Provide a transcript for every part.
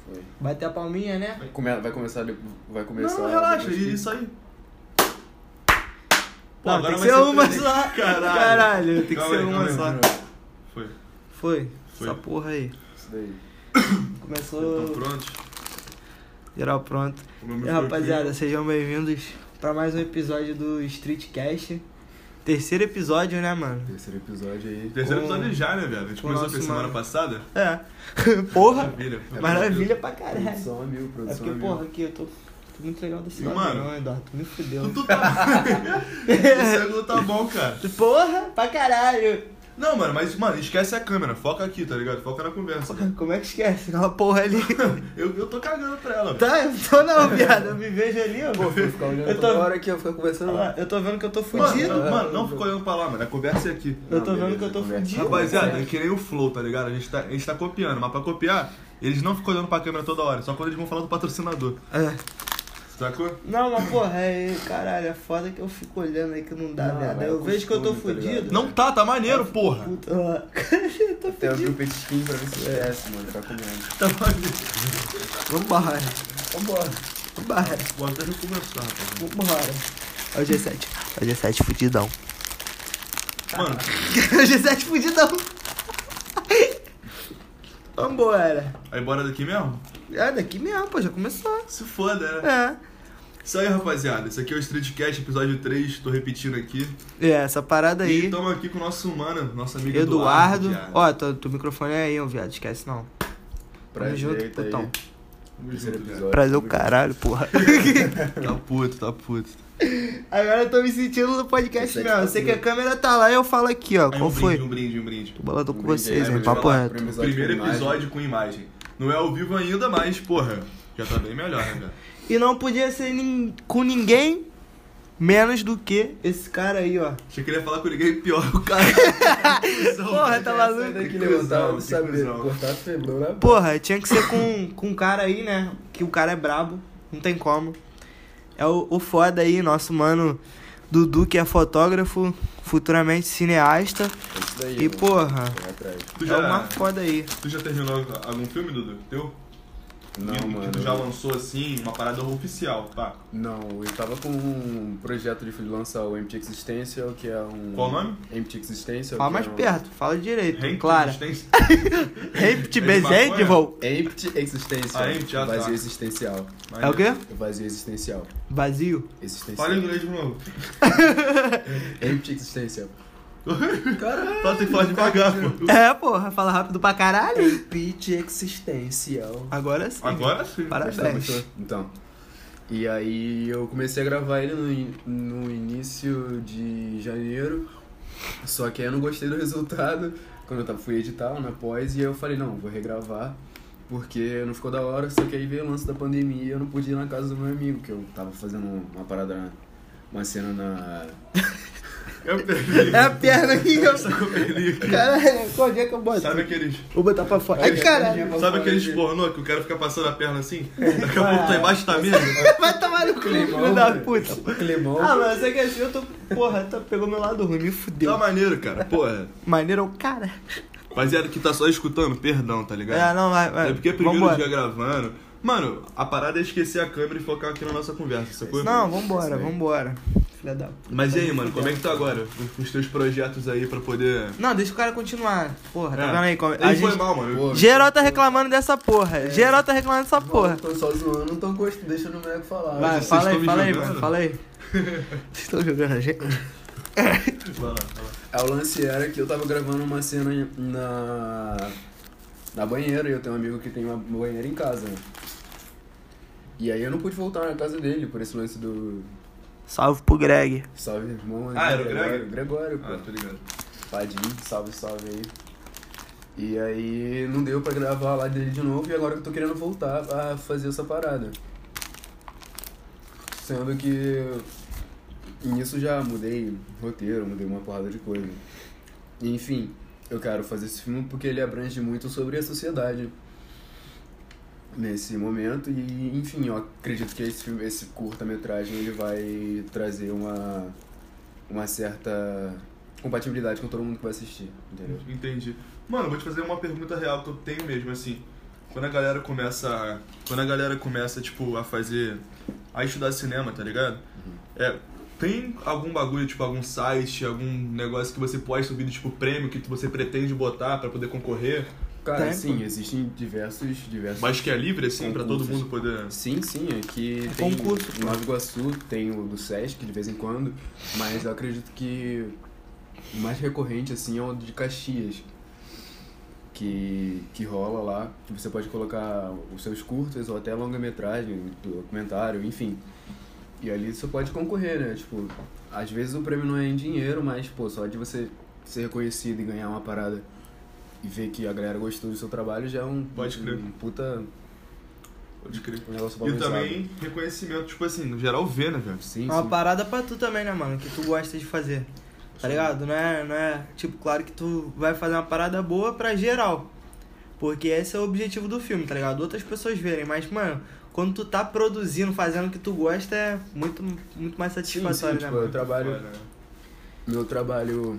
Foi. Bater a palminha, né? Vai começar. Não, relaxa, isso aí. Pô, Não, agora tem que vai ser uma três. só. Caralho. Tem que Calma ser aí, uma calma só. aí. Foi. Foi. Foi. Essa porra aí. Isso daí. Começou. Estão prontos? Geral pronto. E rapaziada, sejam bem-vindos pra mais um episódio do Streetcast. Terceiro episódio, né, mano? Terceiro episódio aí. Terceiro episódio já, né, velho? A gente com começou nosso a semana mano. passada. É. Porra. Maravilha. Maravilha pra caralho. Produção a mil, É produção porque, a mil. porra, aqui eu tô muito legal desse E, lado, mano, não, Eduardo. Tu me fudeu. Tu tá... Esse ângulo tá bom, cara. Porra, pra caralho. Não, mano, mas, mano, esquece a câmera. Foca aqui, tá ligado? Foca na conversa. Como é que esquece? Aquela porra ali. Eu tô cagando pra ela, velho. Tá, eu tô não, viado. Eu me vejo ali, ó. Pô, vou ficar olhando Eu tô- toda hora aqui, eu ficar conversando Olha lá, lá. eu tô vendo que eu tô Mano, fudido. não fica olhando pra lá, mano. A conversa é aqui. Eu tô Não, vendo beleza, que eu tô conversa. fudido. Rapaziada, é que nem o Flow, tá ligado? A gente tá copiando, mas pra copiar, eles não ficam olhando pra câmera toda hora, só quando eles vão falar do patrocinador. É. Sacou? Não, mas porra, caralho, é foda que eu fico olhando aí que não dá, Não, viado. é Eu vejo que eu tô costume, tá fudido. ligado? Não tá maneiro, porra. Puta, ó. Eu tô Até abrir fudido. o petisquinho pra ver se esquece, mano. Tá comendo. Tá maneiro. Vambora. Vambora. Vambora. Bora até recomeçar, rapaz. Vambora. É o G7. É o G7 fudidão. Mano, É o G7 fudidão. Vambora. aí bora daqui mesmo? É, daqui mesmo, pô, já começou. Se foda, né? É. Isso aí, rapaziada. Esse aqui é o Streetcast, episódio 3. Tô repetindo aqui. É, essa parada E aí. tamo aqui com o nosso mano, nosso amigo Eduardo. viado. Ó, teu microfone é aí, ó, viado. Esquece não. Tamo junto, Prazer, tá aí. putão. Tamo Terceiro junto, episódio. Prazer o Tamo caralho, porra. Tá puto. Agora eu tô me sentindo no podcast Esse mesmo. Eu sei que a câmera tá lá e eu falo aqui, ó. Aí Qual foi? Um brinde. Tô bolado com Um brinde vocês, aí, hein? vou te Papo falar, reto. Primeiro com episódio com imagem. Não é ao vivo ainda, mas, porra, já tá bem melhor, né, velho? E não podia ser com ninguém menos do que esse cara aí, ó. Achei que ele ia falar com ninguém pior, o cara. Porra, tá maluco? Sai daqui, Que levantar, cuzão, não que saber. cuzão. Cortar febrou, né? Porra, tinha que ser com um cara aí, né? Que o cara é brabo. Não tem como. É o foda aí, nosso mano Dudu, que é fotógrafo, futuramente cineasta. É isso daí. E, mano. porra, Vai atrás. Tu é uma foda aí. Tu já terminou algum filme, Dudu? Teu? Não, que mano. tu já lançou assim, uma parada oficial, pá. Não, eu tava com um projeto de lançar o Empty Existential, que é um... Qual o nome? Empty Existential. Fala que mais é um... perto, fala direito, Rente, claro. resistência? Empty É de Bezente, maconha? vou. Empty Existential. Ah, empty, tá. Vazio existencial. É o quê? Vazio existencial. Vazio. Existencial. Fala inglês de novo. Empty Existential. Caralho. Fala, tem que falar devagar, pô. É, porra, fala rápido pra caralho. Empty Existential. Agora sim. Agora sim. Parabéns. Gostou? Então. E aí eu comecei a gravar ele no início de janeiro. Só que aí eu não gostei do resultado quando eu fui editar na pós. E aí eu falei, não, vou regravar. Porque não ficou da hora. Só que aí veio o lance da pandemia e eu não pude ir na casa do meu amigo. Que eu tava fazendo uma parada, uma cena na... É a perna aqui, ó. Essa comernica. Caralho, qual dia que eu boto? Sabe aqueles... Vou botar pra fora. Ai, caralho. Sabe aqueles pornô que o cara fica passando a perna assim? Daqui a pouco tá embaixo da mesa? Vai tomar no cu, Climão, filho da velho. puta. Climão. Ah, mas você que assim, eu tô... Porra, pegou meu lado ruim, me fudeu. Tá maneiro, cara. Porra. Maneiro é o cara. Rapaziada que tá só escutando, perdão, tá ligado? É, não, vai. É porque é primeiro Vambora. dia gravando. Mano, a parada é esquecer a câmera e focar aqui na nossa conversa, sacou? Não, vambora, Isso aí. vambora. Filha da puta. Mas e aí, mano, como é que tá agora? Com os teus projetos aí pra poder... Não, deixa o cara continuar. Porra, tá É. vendo aí? Como... Ele A foi gente... mal, mano. Pô, Geral tá reclamando dessa porra. Geral tá reclamando dessa porra. Tô só zoando, não tô gostando, deixando o moleque falar. Vai, vocês fala estão me aí, jogando? mano. Fala aí. Vocês estão jogando a gente? Vai lá. O lance era que eu tava gravando uma cena na banheira e eu tenho um amigo que tem uma banheira em casa, né? E aí eu não pude voltar na casa dele por esse lance do... Salve pro Greg. Salve, irmão. Ah, era o Gregório? Greg? Gregório, pô. Ah, tô ligado. Padinho, salve aí. E aí não deu pra gravar lá dele de novo e agora eu tô querendo voltar a fazer essa parada. Sendo que nisso já mudei roteiro, mudei uma porrada de coisa. E, enfim, eu quero fazer esse filme porque ele abrange muito sobre a sociedade nesse momento e, enfim, eu acredito que esse curta-metragem ele vai trazer uma certa compatibilidade com todo mundo que vai assistir, entendeu? Entendi. Mano, vou te fazer uma pergunta real que eu tenho mesmo, assim. quando a galera começa, tipo, a estudar cinema, tá ligado? Tem algum bagulho, tipo, algum site, algum negócio que você pode subir, tipo, prêmio que você pretende botar pra poder concorrer? Cara, Tem, sim, pô. existem diversos... Mas que é livre, assim, pra todo concursos. mundo poder... Sim, aqui tem concurso, em Nova Iguaçu, tem o do Sesc de vez em quando, mas eu acredito que o mais recorrente, assim, é o de Caxias, que rola lá, que você pode colocar os seus curtas ou até longa-metragem, documentário, enfim. E ali você pode concorrer, né? Tipo, às vezes o prêmio não é em dinheiro, mas, pô, só de você ser reconhecido e ganhar uma parada e ver que a galera gostou do seu trabalho já é Pode crer. um puta... Pode crer. Um negócio E valorizado. também reconhecimento, tipo assim, no geral vê, né, velho? Sim, É uma sim. parada pra tu também, né, mano? Que tu gosta de fazer. Tá ligado? Não é... Tipo, claro que tu vai fazer uma parada boa pra geral. Porque esse é o objetivo do filme, tá ligado? Outras pessoas verem. Mas, mano, quando tu tá produzindo, fazendo o que tu gosta, é muito mais satisfatório, né, tipo, mano? eu trabalho... Olha, Meu trabalho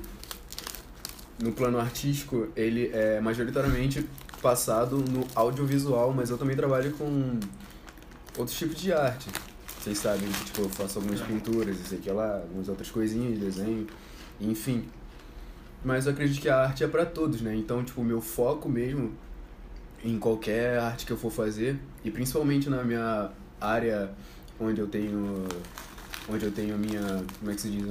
no plano artístico, ele é majoritariamente passado no audiovisual, mas eu também trabalho com outros tipos de arte. Vocês sabem que, tipo, eu faço algumas pinturas, isso aqui lá, algumas outras coisinhas, desenho, enfim. Mas eu acredito que a arte é pra todos, né? Então, tipo, o meu foco mesmo em qualquer arte que eu for fazer, e principalmente na minha área onde eu tenho a minha, como é que se diz,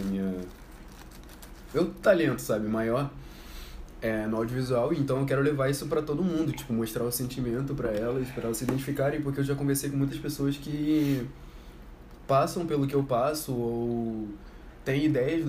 meu talento, sabe, maior, é no audiovisual, então eu quero levar isso pra todo mundo, tipo, mostrar o sentimento pra elas se identificarem, porque eu já conversei com muitas pessoas que passam pelo que eu passo, ou têm ideias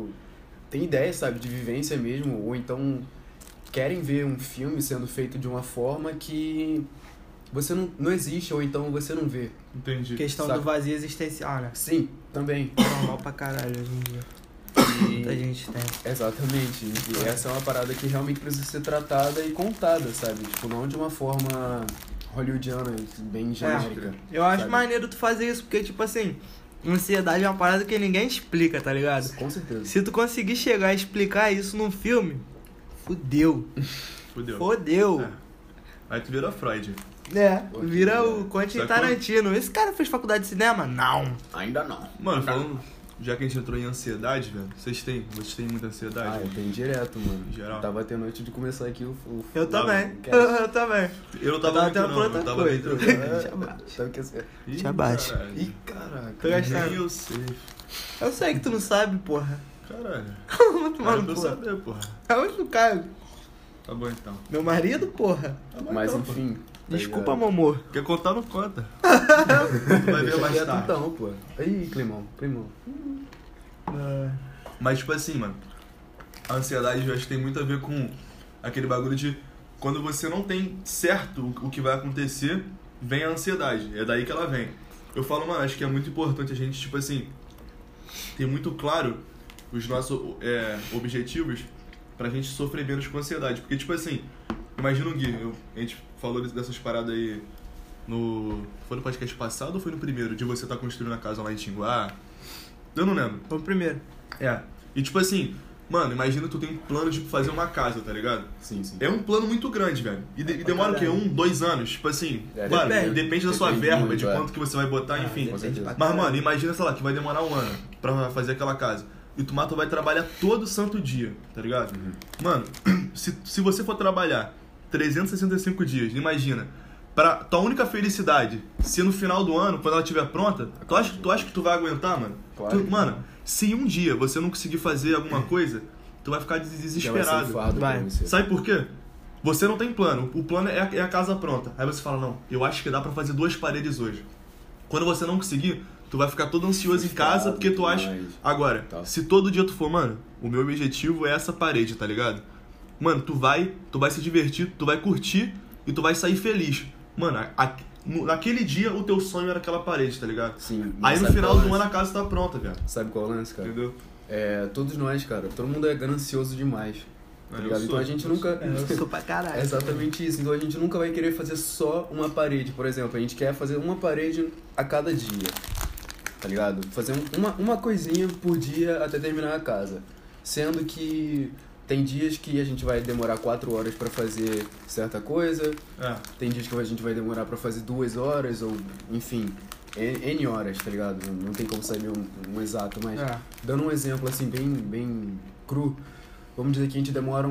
sabe, de vivência mesmo, ou então querem ver um filme sendo feito de uma forma que você não existe, ou então você não vê. entendi. Questão saca? do vazio existencial, né? Sim, também. Normal pra caralho hoje em dia. Muita gente tem. Exatamente. E essa é uma parada que realmente precisa ser tratada e contada, sabe? Tipo, não de uma forma hollywoodiana, bem genérica. Eu acho sabe? maneiro tu fazer isso, porque, tipo assim, ansiedade é uma parada que ninguém explica, tá ligado? Com certeza. Se tu conseguir chegar a explicar isso num filme, fudeu. Fudeu. Fodeu. Aí tu vira Freud. Vira o Quentin Sacou? Tarantino. Esse cara fez faculdade de cinema? Não. Ainda não. Mano, falando, já que a gente entrou em ansiedade, velho, vocês têm muita ansiedade? Ah, eu tenho direto, mano. Em geral. Tava tendo antes de começar aqui Eu também. cast. Eu também. Eu não tava muito tendo não, eu tava bem coisa. tranquilo. Sabe o que é? Ih, Te abate. caralho. Ih, caraca. Tô gastando. Nem eu sei. Eu sei que tu não sabe, porra. Caralho. Muito Era mano, pra eu porra. saber, porra. Aonde tu cai? Tá bom então. Meu marido, porra. Tá bom, Mas então, enfim. tá Desculpa, ligado? amor. Quer contar, não conta. Tu vai ver Deixa mais quieto tarde. então, pô. Aí, Climão. Mas, tipo assim, mano, a ansiedade eu acho que tem muito a ver com aquele bagulho de quando você não tem certo o que vai acontecer, vem a ansiedade. É daí que ela vem. Eu falo, mano, acho que é muito importante a gente, tipo assim, ter muito claro os nossos objetivos pra gente sofrer menos com ansiedade. Porque, tipo assim, imagina o Gui, a gente falou dessas paradas aí foi no podcast passado ou foi no primeiro? De você tá construindo a casa lá em Tinguá? Eu não lembro. Vamos primeiro. E tipo assim, mano, imagina tu tem um plano de fazer uma casa, tá ligado? Sim. É um plano muito grande, velho. E demora o quê? 1, 2 anos? Tipo assim, É, mano, depende. depende da sua Depende verba, muito, de quanto que você vai botar, enfim. com certeza. Mas, mano, imagina, sei lá, que vai demorar 1 ano pra fazer aquela casa. E tu vai trabalhar todo santo dia, tá ligado? Mano, se você for trabalhar 365 dias, imagina, pra tua única felicidade ser no final do ano, quando ela estiver pronta, tu acha que tu vai aguentar, mano? Claro que Mano, se um dia você não conseguir fazer alguma coisa, tu vai ficar Já vai ser um desesperado. fardo pra Vai. você. Sabe por quê? Você não tem plano. O plano é a casa pronta. Aí você fala, não, eu acho que dá pra fazer 2 paredes hoje. Quando você não conseguir, tu vai ficar todo ansioso em Frustrado, casa porque tu acha... demais. Agora, Tá. se todo dia tu for, mano, o meu objetivo é essa parede, tá ligado? Mano, tu vai se divertir, tu vai curtir e tu vai sair feliz. Mano, naquele dia o teu sonho era aquela parede, tá ligado? Sim. Aí no sabe final qual é do o ano lance? a casa tá pronta, velho. Sabe qual é o lance, cara? Entendeu? Todos nós, cara, todo mundo é ganancioso demais. Tá ligado? Então a gente nunca. Eu sou pra caralho. É exatamente isso. Então a gente nunca vai querer fazer só uma parede, por exemplo. A gente quer fazer uma parede a cada dia. Tá ligado? Fazer uma coisinha por dia até terminar a casa. Sendo que tem dias que a gente vai demorar 4 horas pra fazer certa coisa, tem dias que a gente vai demorar pra fazer 2 horas, ou enfim, N horas, tá ligado? Não tem como saber um exato, mas dando um exemplo assim, bem cru, vamos dizer que a gente demora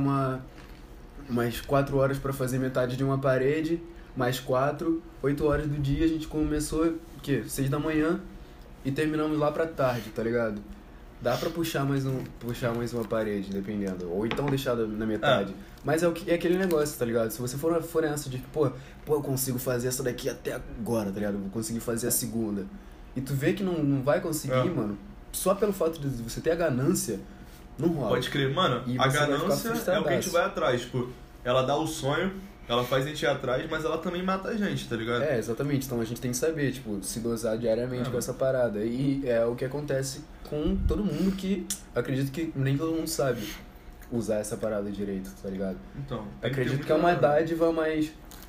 umas 4 horas pra fazer metade de uma parede, mais 4, 8 horas do dia, a gente começou, 6 da manhã e terminamos lá pra tarde, tá ligado? Dá pra puxar mais uma parede, dependendo. Ou então deixar na metade. Mas é aquele negócio, tá ligado? Se você for nessa de, pô, eu consigo fazer essa daqui até agora, tá ligado? Vou conseguir fazer a segunda. E tu vê que não vai conseguir, mano, só pelo fato de você ter a ganância, não rola. Pode crer. Mano, a ganância é o que a gente vai atrás. Tipo, ela dá o sonho, ela faz a gente ir atrás, mas ela também mata a gente, tá ligado? Exatamente. Então a gente tem que saber, tipo, se dosar diariamente com essa parada. E é o que acontece com todo mundo, que acredito que nem todo mundo sabe usar essa parada direito, tá ligado? Então, acredito que é uma dádiva, mas...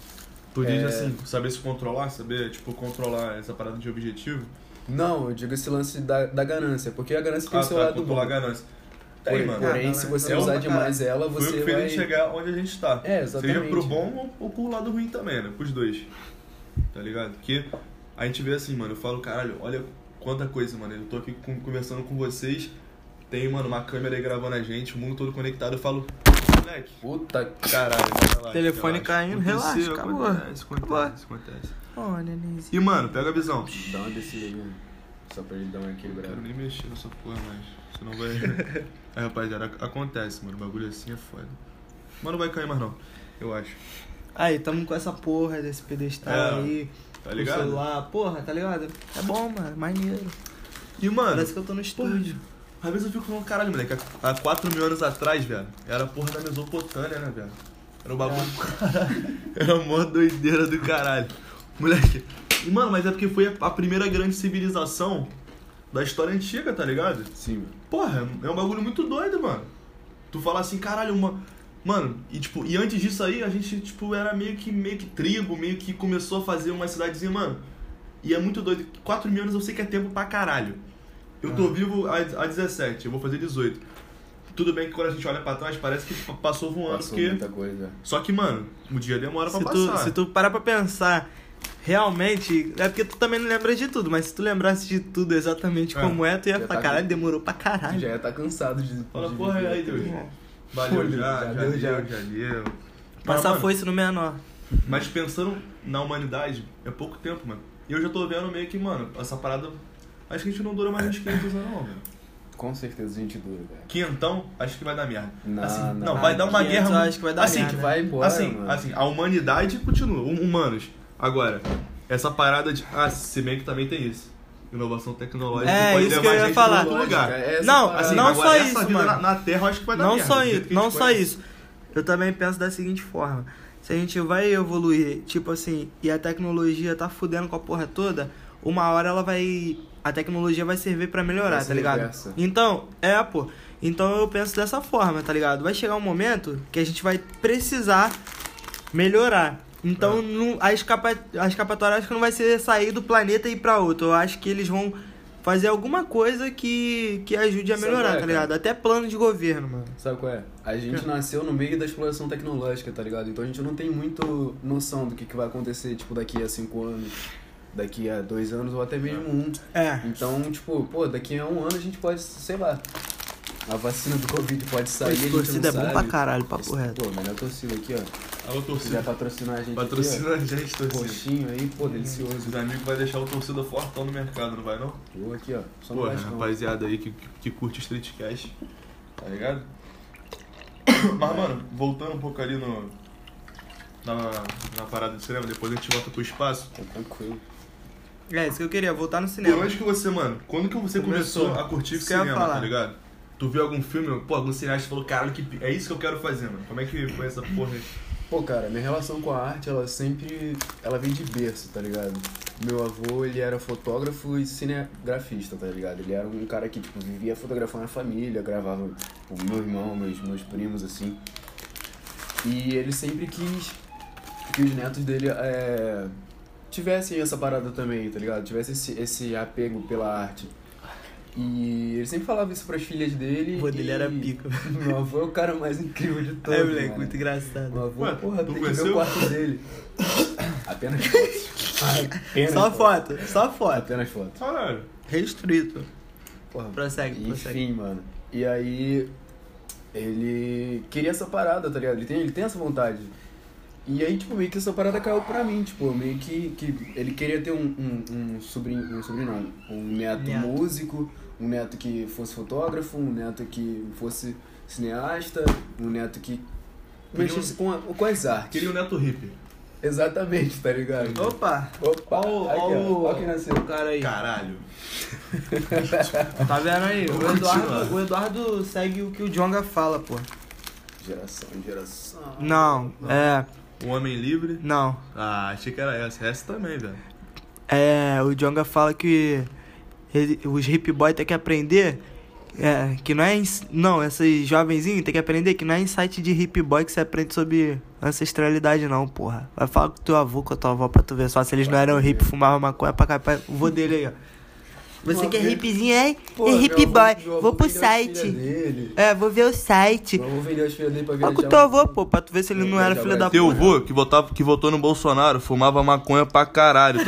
Tu diz assim, saber se controlar, saber, tipo, controlar essa parada de objetivo? Não, eu digo esse lance da ganância, porque a ganância tem o seu lado bom. Controlar a ganância. Porém, se você usar demais ela, você foi o que fez a gente chegar onde a gente tá. Exatamente. Seja pro bom ou pro lado ruim também, né? Pros dois. Tá ligado? Porque a gente vê assim, mano, eu falo, caralho, olha quanta coisa, mano. Eu tô aqui conversando com vocês, tem, mano, uma câmera aí gravando a gente, o mundo todo conectado, eu falo, moleque, puta caralho, relaxa, telefone caindo, relaxa, acabou. Acontece. Ó, nenenzinho. E, mano, pega a visão. Dá uma descida ali, só pra ele dar uma equilibrada. Não quero nem mexer nessa porra mais, senão vai... Aí, rapaziada, acontece, mano, bagulho assim é foda. Mas não vai cair mais não, eu acho. Aí, tamo com essa porra desse pedestal aí, tá ligado? o celular, porra, tá ligado? É bom, mano, maneiro. E, mano... Parece que eu tô no estúdio. Às vezes eu fico falando, caralho, moleque, há 4 mil anos atrás, velho, era a porra da Mesopotâmia, né, velho? Era o bagulho do caralho. Era a maior doideira do caralho. Moleque. E, mano, mas é porque foi a primeira grande civilização da história antiga, tá ligado? Sim, mano. Porra, é um bagulho muito doido, mano. Tu fala assim, caralho, Mano, e tipo, e antes disso aí, a gente, tipo, era meio que tribo, meio que começou a fazer uma cidadezinha, mano. E é muito doido. 4 mil anos eu sei que é tempo pra caralho. Eu tô vivo há 17, eu vou fazer 18. Tudo bem que quando a gente olha pra trás, parece que passou voando, porque... muita coisa. Só que, mano, o dia demora pra passar. Se tu parar pra pensar, realmente, é porque tu também não lembra de tudo, mas se tu lembrasse de tudo exatamente como tu ia falar, caralho, demorou pra caralho. Já ia tá cansado de... Fala, porra, aí, Deus. Valeu, já deu. Passar a foice no menor. Mas pensando na humanidade, é pouco tempo, mano. E eu já tô vendo meio que, mano, essa parada... Acho que a gente não dura mais uns 500 anos, não, velho. Com certeza a gente dura, velho. Quinhentão, acho que vai dar merda. Não, vai dar uma guerra... Acho que vai dar merda. Que vai embora, assim, a humanidade continua, humanos. Agora, essa parada de... se bem que também tem isso. Inovação tecnológica pode isso levar que eu ia a gente falar. pra outro lugar. Não, assim, não agora, só essa isso, vida mano. na Terra, eu acho que vai dar não merda. Só isso. Eu também penso da seguinte forma. Se a gente vai evoluir, tipo assim, e a tecnologia tá fudendo com a porra toda, uma hora a tecnologia vai servir pra melhorar, tá ligado? Vice-versa. Então, Então eu penso dessa forma, tá ligado? Vai chegar um momento que a gente vai precisar melhorar. Então a escapatória acho que não vai ser sair do planeta e ir pra outro. Eu acho que eles vão fazer alguma coisa que ajude a melhorar, tá ligado? Até plano de governo, mano. Sabe qual é? A gente nasceu no meio da exploração tecnológica, tá ligado? Então a gente não tem muito noção do que vai acontecer, tipo, daqui a 5 anos, daqui a 2 anos ou até mesmo 1. Então, tipo, daqui a 1 ano a gente pode, sei lá, a vacina do Covid pode sair, a gente não torcida sabe. É bom pra caralho, papo reto. Melhor torcida aqui, ó. Alô, Se torcida. quiser patrocinar a gente Patrocina aqui, a gente, torcida. Coxinho aí, delicioso. Os amigos vai deixar o torcida fortão no mercado, não vai não? Eu aqui, ó. Só no Porra, Vascão. rapaziada aí que curte Streetcast, tá ligado? Mas, mano, voltando um pouco ali na parada de cinema, depois a gente volta pro espaço. Tá tranquilo. É isso que eu queria, voltar no cinema. Por onde que você, mano, quando que você começou a curtir Isso que eu ia cinema, falar. tá ligado? Tu viu algum filme, algum cineasta falou, caralho, é isso que eu quero fazer, mano. Como é que foi essa porra aí? Pô, cara, minha relação com a arte, ela vem de berço, tá ligado? Meu avô, ele era fotógrafo e cinegrafista, tá ligado? Ele era um cara que, tipo, vivia fotografando a família, gravava o meu irmão, meus primos, assim. E ele sempre quis que os netos dele tivessem essa parada também, tá ligado? Tivessem esse apego pela arte. E ele sempre falava isso pras filhas dele. O avô dele e era pica. Meu avô é o cara mais incrível de todos. É, moleque, mano. muito engraçado. Meu avô, Ué, porra, tu tem que ver conheceu? o quarto dele. Apenas fotos. Apenas Só fotos. foto, só foto. Apenas fotos. Caralho. Restrito. Porra, Prossegue, enfim, prossegue. mano. E aí, ele queria essa parada, tá ligado? Ele tem essa vontade. E aí, tipo, meio que essa parada caiu pra mim, tipo, meio que ele queria ter um sobrinho não, um neto músico, um neto que fosse fotógrafo, um neto que fosse cineasta, um neto que mexesse com as artes. Queria um neto hippie. Exatamente, tá ligado? Opa! Opa! Aqui, ó. Ó quem nasceu. O cara aí. Caralho. Tá vendo aí? Vamos O continuar. Eduardo segue o que o Djonga fala, pô. Geração. Não, Um homem livre. Não. Ah, achei que era essa. Essa também, velho. O Djonga fala que os hip boy tem que aprender. Que não é. Não, esses jovenzinhos tem que aprender que não é insight de hip boy que você aprende sobre ancestralidade, não, porra. Vai falar com teu avô, com a tua avó pra tu ver só se eles não eram hip, fumavam maconha pra cá, pra o vô dele aí, ó. Você que é hipzinho, é hip boy. Vou pro site. Vou ver o site. Vou vender as filhas dele pra Fala viajar. com teu avô, pô, pra tu ver se ele não era filho da Teu puta. vô, que votou no Bolsonaro, fumava maconha pra caralho.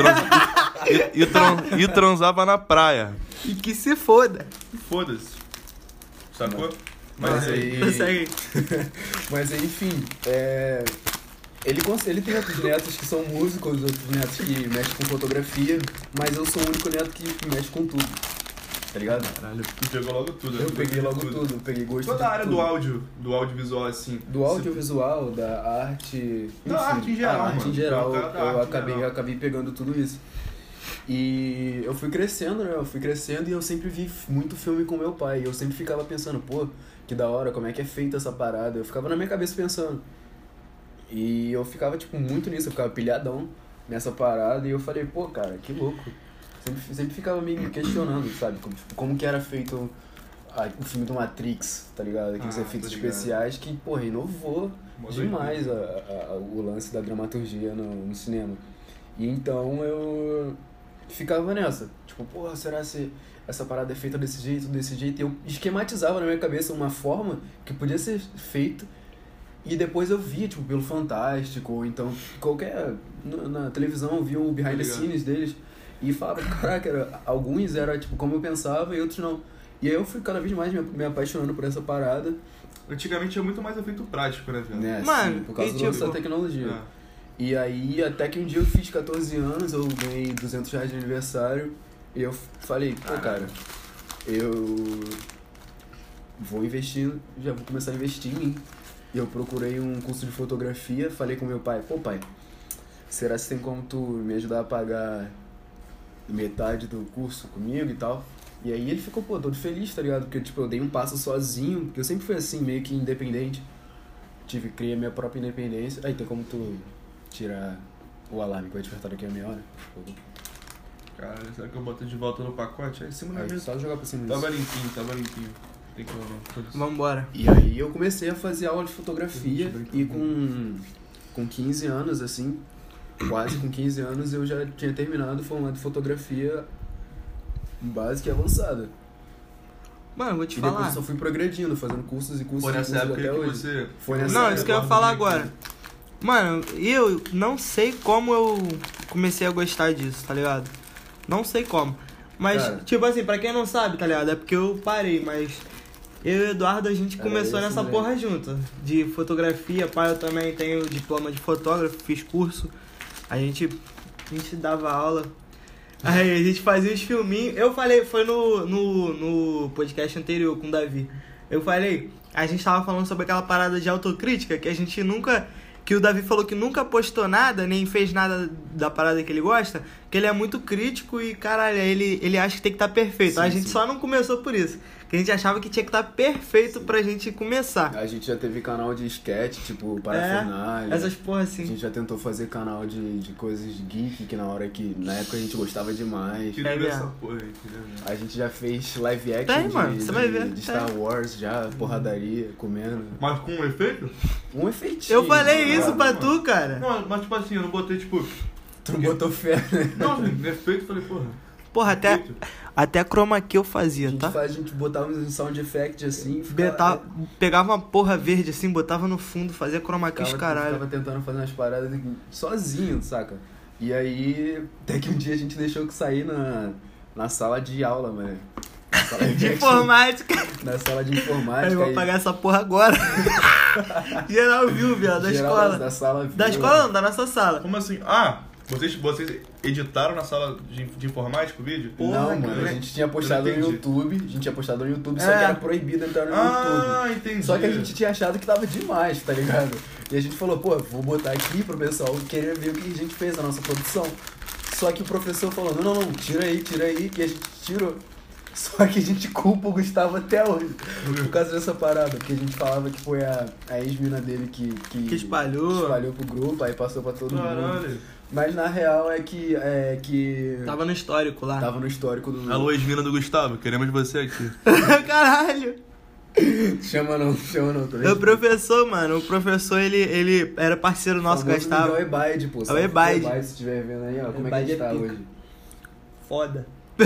E transava na praia. E que se foda. Foda-se. Sacou? Mas aí... Prossegue. Mas aí, enfim, ele tem outros netos que são músicos, outros netos que mexem com fotografia, mas eu sou o único neto que mexe com tudo, tá ligado? Caralho, tu pegou logo tudo. Eu peguei logo tudo, eu peguei gosto Toda de a área tudo. do audiovisual, assim. Do audiovisual, da arte... Da enfim, arte em geral, a arte mano. em geral, Eu quero da eu arte em geral. acabei pegando tudo isso. E eu fui crescendo, né? Eu fui crescendo e eu sempre vi muito filme com meu pai. E eu sempre ficava pensando, pô, que da hora, como é que é feita essa parada? Eu ficava na minha cabeça pensando. E eu ficava, tipo, muito nisso, eu ficava pilhadão nessa parada. E eu falei, pô, cara, que louco. Sempre ficava me questionando, sabe? Como que era feito o filme do Matrix, tá ligado? Aqueles efeitos tô ligado. especiais que, porra, inovou Mó demais o lance da dramaturgia no cinema. E então eu ficava nessa. Tipo, porra, será se essa parada é feita desse jeito? E eu esquematizava na minha cabeça uma forma que podia ser feita. E depois eu via, tipo, pelo Fantástico, ou então qualquer... Na televisão eu via o behind the scenes deles. E falava, caraca, alguns era tipo como eu pensava e outros não. E aí eu fui cada vez mais me apaixonando por essa parada. Antigamente é muito mais efeito prático, né, velho? Né, Mano, assim, por causa e do lance tipo- da tecnologia. É. E aí, até que um dia eu fiz 14 anos, eu ganhei R$200 de aniversário. E eu falei, pô, cara, eu vou investir, já vou começar a investir em mim. E eu procurei um curso de fotografia, falei com meu pai, pô, pai, será que tem como tu me ajudar a pagar metade do curso comigo e tal? E aí ele ficou, pô, todo feliz, tá ligado? Porque, tipo, eu dei um passo sozinho, porque eu sempre fui assim, meio que independente. Criei minha própria independência. Aí tem como tu tirar o alarme que vai despertar daqui a meia hora? Por favor. Cara, será que eu boto de volta no pacote? Aí em cima da Aí, mesa. só jogar pra cima Tava disso. limpinho. Tem que não. Vambora. E aí eu comecei a fazer aula de fotografia e com 15 anos, assim, quase com 15 anos, eu já tinha terminado o formato de fotografia básica e avançada. Mano, vou te E depois falar. eu só fui progredindo, fazendo cursos e cursos Foi e nessa cursos época até que hoje. você. Foi nessa Não, época. isso que eu ia falar agora. Mano, eu não sei como eu comecei a gostar disso, tá ligado? Não sei como. Mas, Cara. tipo assim, pra quem não sabe, tá ligado? É porque eu parei, mas eu e o Eduardo, a gente começou esse nessa moleque. porra junto. De fotografia, pai, eu também tenho diploma de fotógrafo, fiz curso. A gente dava aula. Aí a gente fazia os filminhos. Eu falei, foi no podcast anterior com o Davi. Eu falei, a gente tava falando sobre aquela parada de autocrítica que a gente nunca. Que o Davi falou que nunca postou nada, nem fez nada da parada que ele gosta, que ele é muito crítico e, caralho, ele acha que tem que estar perfeito. Sim, A gente sim. só não começou por isso. Que a gente achava que tinha que estar perfeito pra gente começar. A gente já teve canal de sketch, tipo, parafernália. Essas porra A assim. gente já tentou fazer canal de coisas geek, que na época a gente gostava demais. Queria ver É essa mesmo. porra aí, queria ver. A gente já fez live action Tem, mano, você vai ver, de Star Wars já, porradaria, comendo. Mas com um efeito? Um efeitinho. Eu falei né, isso mano? pra tu, cara. Não, mas tipo assim, eu não botei tipo. Tu não botou fé, né? Não, efeito, falei, porra. Porra, até chroma key eu fazia, tá? A gente botava um sound effect assim, ficava, Pegava uma porra verde assim, botava no fundo, fazia chroma key, caralho. Ficava tentando fazer umas paradas sozinho, saca? E aí, até que um dia a gente deixou que sair na sala de aula, mano. De informática. Na sala de informática. Eu vou pagar essa porra agora. Geral viu, viado, da escola. Da sala viu. Da escola não, da nossa sala. Como assim? Vocês editaram na sala de informática o vídeo? Não, mano, a gente tinha postado no YouTube. Só que era proibido entrar no YouTube. Entendi. Só que a gente tinha achado que tava demais, tá ligado? E a gente falou, pô, vou botar aqui pro pessoal querer ver o que a gente fez, a nossa produção. Só que o professor falou, não, tira aí, e a gente tirou. Só que a gente culpa o Gustavo até hoje, por causa dessa parada, porque a gente falava que foi a ex-mina dele que espalhou pro grupo, aí passou pra todo mundo. Mas na real é que... Tava no histórico lá. Tava no histórico do... Alô, ex-mina do Gustavo, queremos você aqui. Caralho! Chama não. O professor, ele era parceiro nosso, gastava. É o Ebaide, pô. É o Ebaide. Se estiver vendo aí, ó, como é que a gente tá hoje. Foda.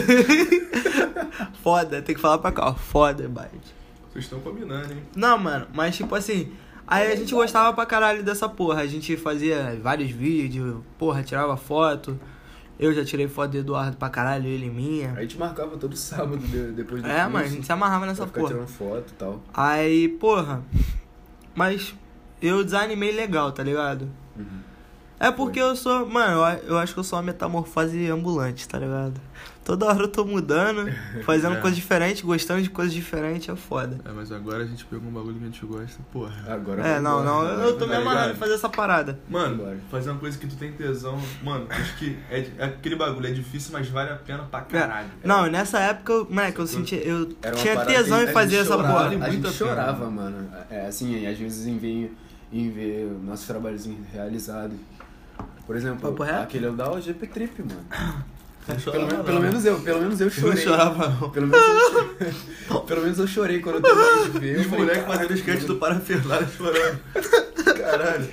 Foda, tem que falar pra cá, ó. Foda, Ebaide. Vocês estão combinando, hein? Não, mano, mas tipo assim... Aí a gente gostava pra caralho dessa porra. A gente fazia vários vídeos, porra, tirava foto. Eu já tirei foto do Eduardo pra caralho, ele e minha. A gente marcava todo sábado depois do curso. Mano, a gente se amarrava nessa porra. Tirando foto e tal. Aí, porra... Mas eu desanimei legal, tá ligado? É porque eu sou... Mano, eu acho que eu sou uma metamorfose ambulante, tá ligado? Toda hora eu tô mudando, fazendo coisas diferentes, gostando de coisas diferentes, é foda. Mas agora a gente pegou um bagulho que a gente gosta, porra. Agora eu tô me amarrando em fazer essa parada. Mano, fazer uma coisa que tu tem tesão, mano, acho que é aquele bagulho, é difícil, mas vale a pena pra caralho. Não, nessa época, moleque, eu sentia... Eu tinha tesão em fazer essa porra. A gente chorava, mano. Assim, às vezes em ver nossos trabalhos realizados. Por exemplo, aquele é o da OGP Trip, mano. Pelo menos eu chorei. Não chorava, não. Pelo menos eu chorei quando eu terminei de ver. Os moleques fazendo sketch do Parafernália chorando. Caralho.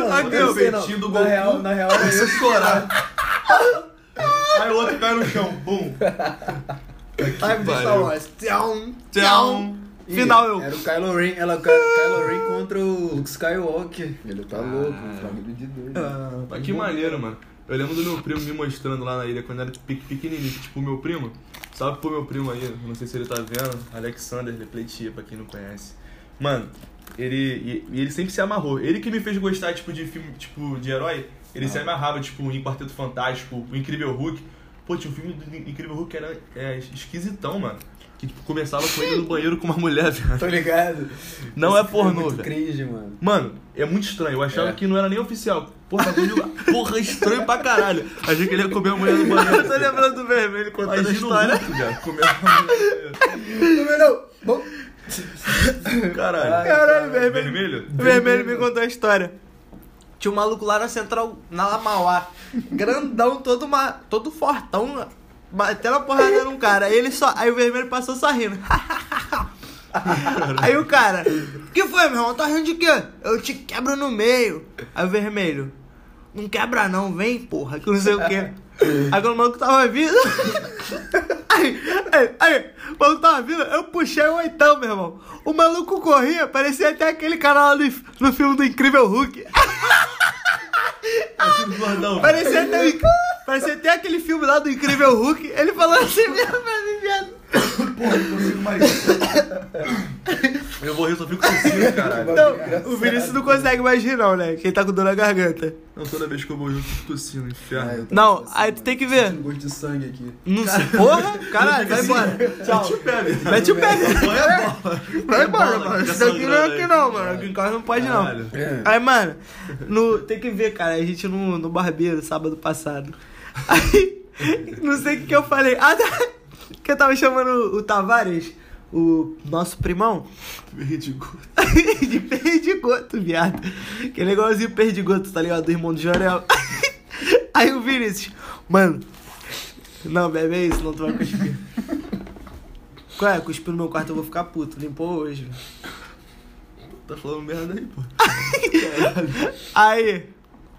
Na real, eu chorar. Aí o outro cai no chão, bum. Aí me deixa longe. Tchau. Final Era o Kylo Ren contra o Luke Skywalker. Ele tá louco, família de doido. Mas que maneiro, mano. Eu lembro do meu primo me mostrando lá na ilha quando era pequenininho. Tipo, o meu primo, salve pro meu primo aí, não sei se ele tá vendo, Alexander Lepletia, pra quem não conhece. Mano, ele sempre se amarrou. Ele que me fez gostar, tipo, de filme, tipo, de herói. Ele se amarrava, tipo, em Quarteto Fantástico, o Incrível Hulk. Pô, tinha um filme do Incrível Hulk que era esquisitão, mano. Que tipo, começava com ele no banheiro com uma mulher, velho. Tô ligado. Não é pornô, velho. Cringe, mano. Mano, é muito estranho. Eu achava que não era nem oficial. Porra, estranho pra caralho. Achei que ele ia comer a mulher no banheiro. Eu tô lembrando do vermelho contando a história. Comer uma mulher. Não. Caralho, vermelho. Vermelho me contou a história. Tinha um maluco lá na Central, na Lamauá. Grandão, todo fortão. Batendo a porrada num cara. Aí o vermelho passou só rindo. Aí o cara, que foi, meu irmão? Tá rindo de quê? Eu te quebro no meio. Aí o vermelho, não quebra não, vem, porra, que não sei o quê. Aí quando o maluco tava vindo. Aí, o maluco tava vindo, eu puxei o oitão, meu irmão. O maluco corria, parecia até aquele cara lá no filme do Incrível Hulk. Parecia até aquele filme lá do Incrível Hulk. Ele falou assim mesmo pra mim, viado. Porra, não consigo mais. Eu vou rir, só fico tossindo, caralho. Não, o Vinícius não consegue mais rir, não, né? Quem tá com dor na garganta. Não, toda vez que eu vou rir, eu fico tossindo, inferno. Não, aí tu tem que ver. Um gosto de sangue aqui. Não sei. Porra, caralho, vai embora. Tchau. Mete o pé. Vai embora, mano. Isso daqui não é aqui, não, mano. Aqui em casa não pode, não. Aí, mano, tem que ver, cara. A gente no barbeiro, sábado passado. Aí, não sei o que eu falei. Que eu tava chamando o Tavares, o nosso primão. Perdigoto. De Perdigoto, viado. Que é igualzinho Perdigoto, tá ligado? Do irmão do Jorel. Aí o Vinícius, mano, não, bebe isso, não tu vai cuspir. Qual é? Cuspir no meu quarto, eu vou ficar puto. Limpou hoje. Tá falando merda aí, pô. Aí,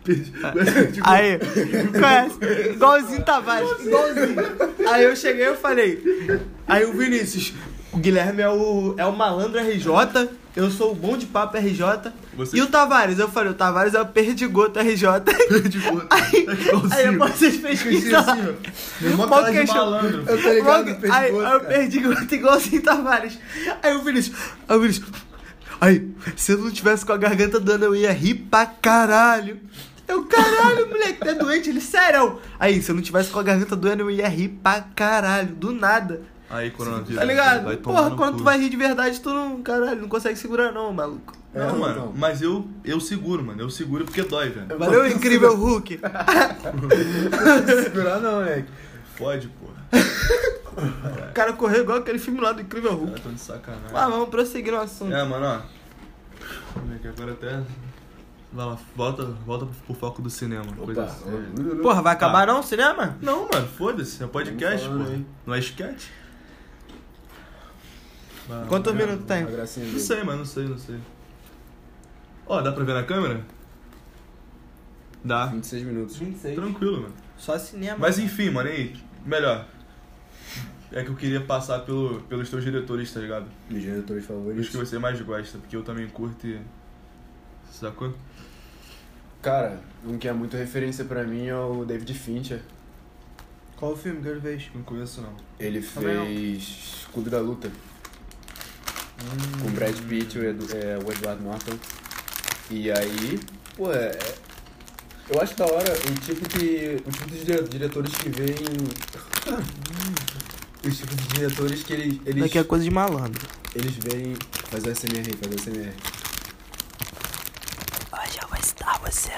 Aí, conhece? Igualzinho Tavares, igualzinho. Aí eu cheguei e eu falei. Aí o Vinícius, o Guilherme é o malandro RJ, eu sou o bom de papo RJ. Você- E o Tavares, eu falei, o Tavares é o perdigoto RJ. Perdigoto. Aí depois vocês pesquisam. Mó Qual cara que é de a malandro. Eu tô ligado no Aí perdigoto, eu cara. perdigoto igualzinho Tavares. Aí o Vinícius, aí, se eu não tivesse com a garganta doendo, eu ia rir pra caralho. Eu, caralho, moleque, tá doente? Ele, sério. Aí, se eu não tivesse com a garganta doendo, eu ia rir pra caralho, do nada. Aí, coronavírus. Tá ligado? vai tomar Porra, no quando cu. tu vai rir de verdade, tu não, caralho, não consegue segurar não, maluco. Não, É, mano, então. mas eu seguro, mano. Eu seguro porque dói, velho. Valeu, incrível Hulk. Não segurar não, moleque. Fode, porra. O cara correu igual aquele filme lá do Incrível Hulk. Cara, tô de sacanagem. Mas vamos prosseguir no assunto. É, mano, ó. Moleque, agora até... Vai lá, volta pro foco do cinema. Coisa Opa, assim. Porra, vai acabar Tá. não o cinema? Não, mano, foda-se. É podcast, Vamos falando porra. aí. Não é sketch? Quantos minutos tem? A gracinha Não dele. sei, mano, não sei. Ó, dá pra ver na câmera? Dá. 26 minutos. 26. Tranquilo, mano. Só cinema. Mas enfim, mano, e aí? Melhor. É que eu queria passar pelos teus diretores, tá ligado? Meus diretores Os favoritos. que você mais gosta, porque eu também curto e... Sacou? Cara, um que é muito referência pra mim é o David Fincher. Qual o filme que ele fez? Não conheço, não. Ele Também não. fez Clube da Luta. Com Brad Pitt e o Edward Norton. E aí, pô, eu acho da hora o tipo de diretores que vêm. Os tipos de diretores que eles. Daqui é coisa de malandro. Eles vêm. Faz o SMR aí, faz o SMR. Hoje eu vou ensinar você.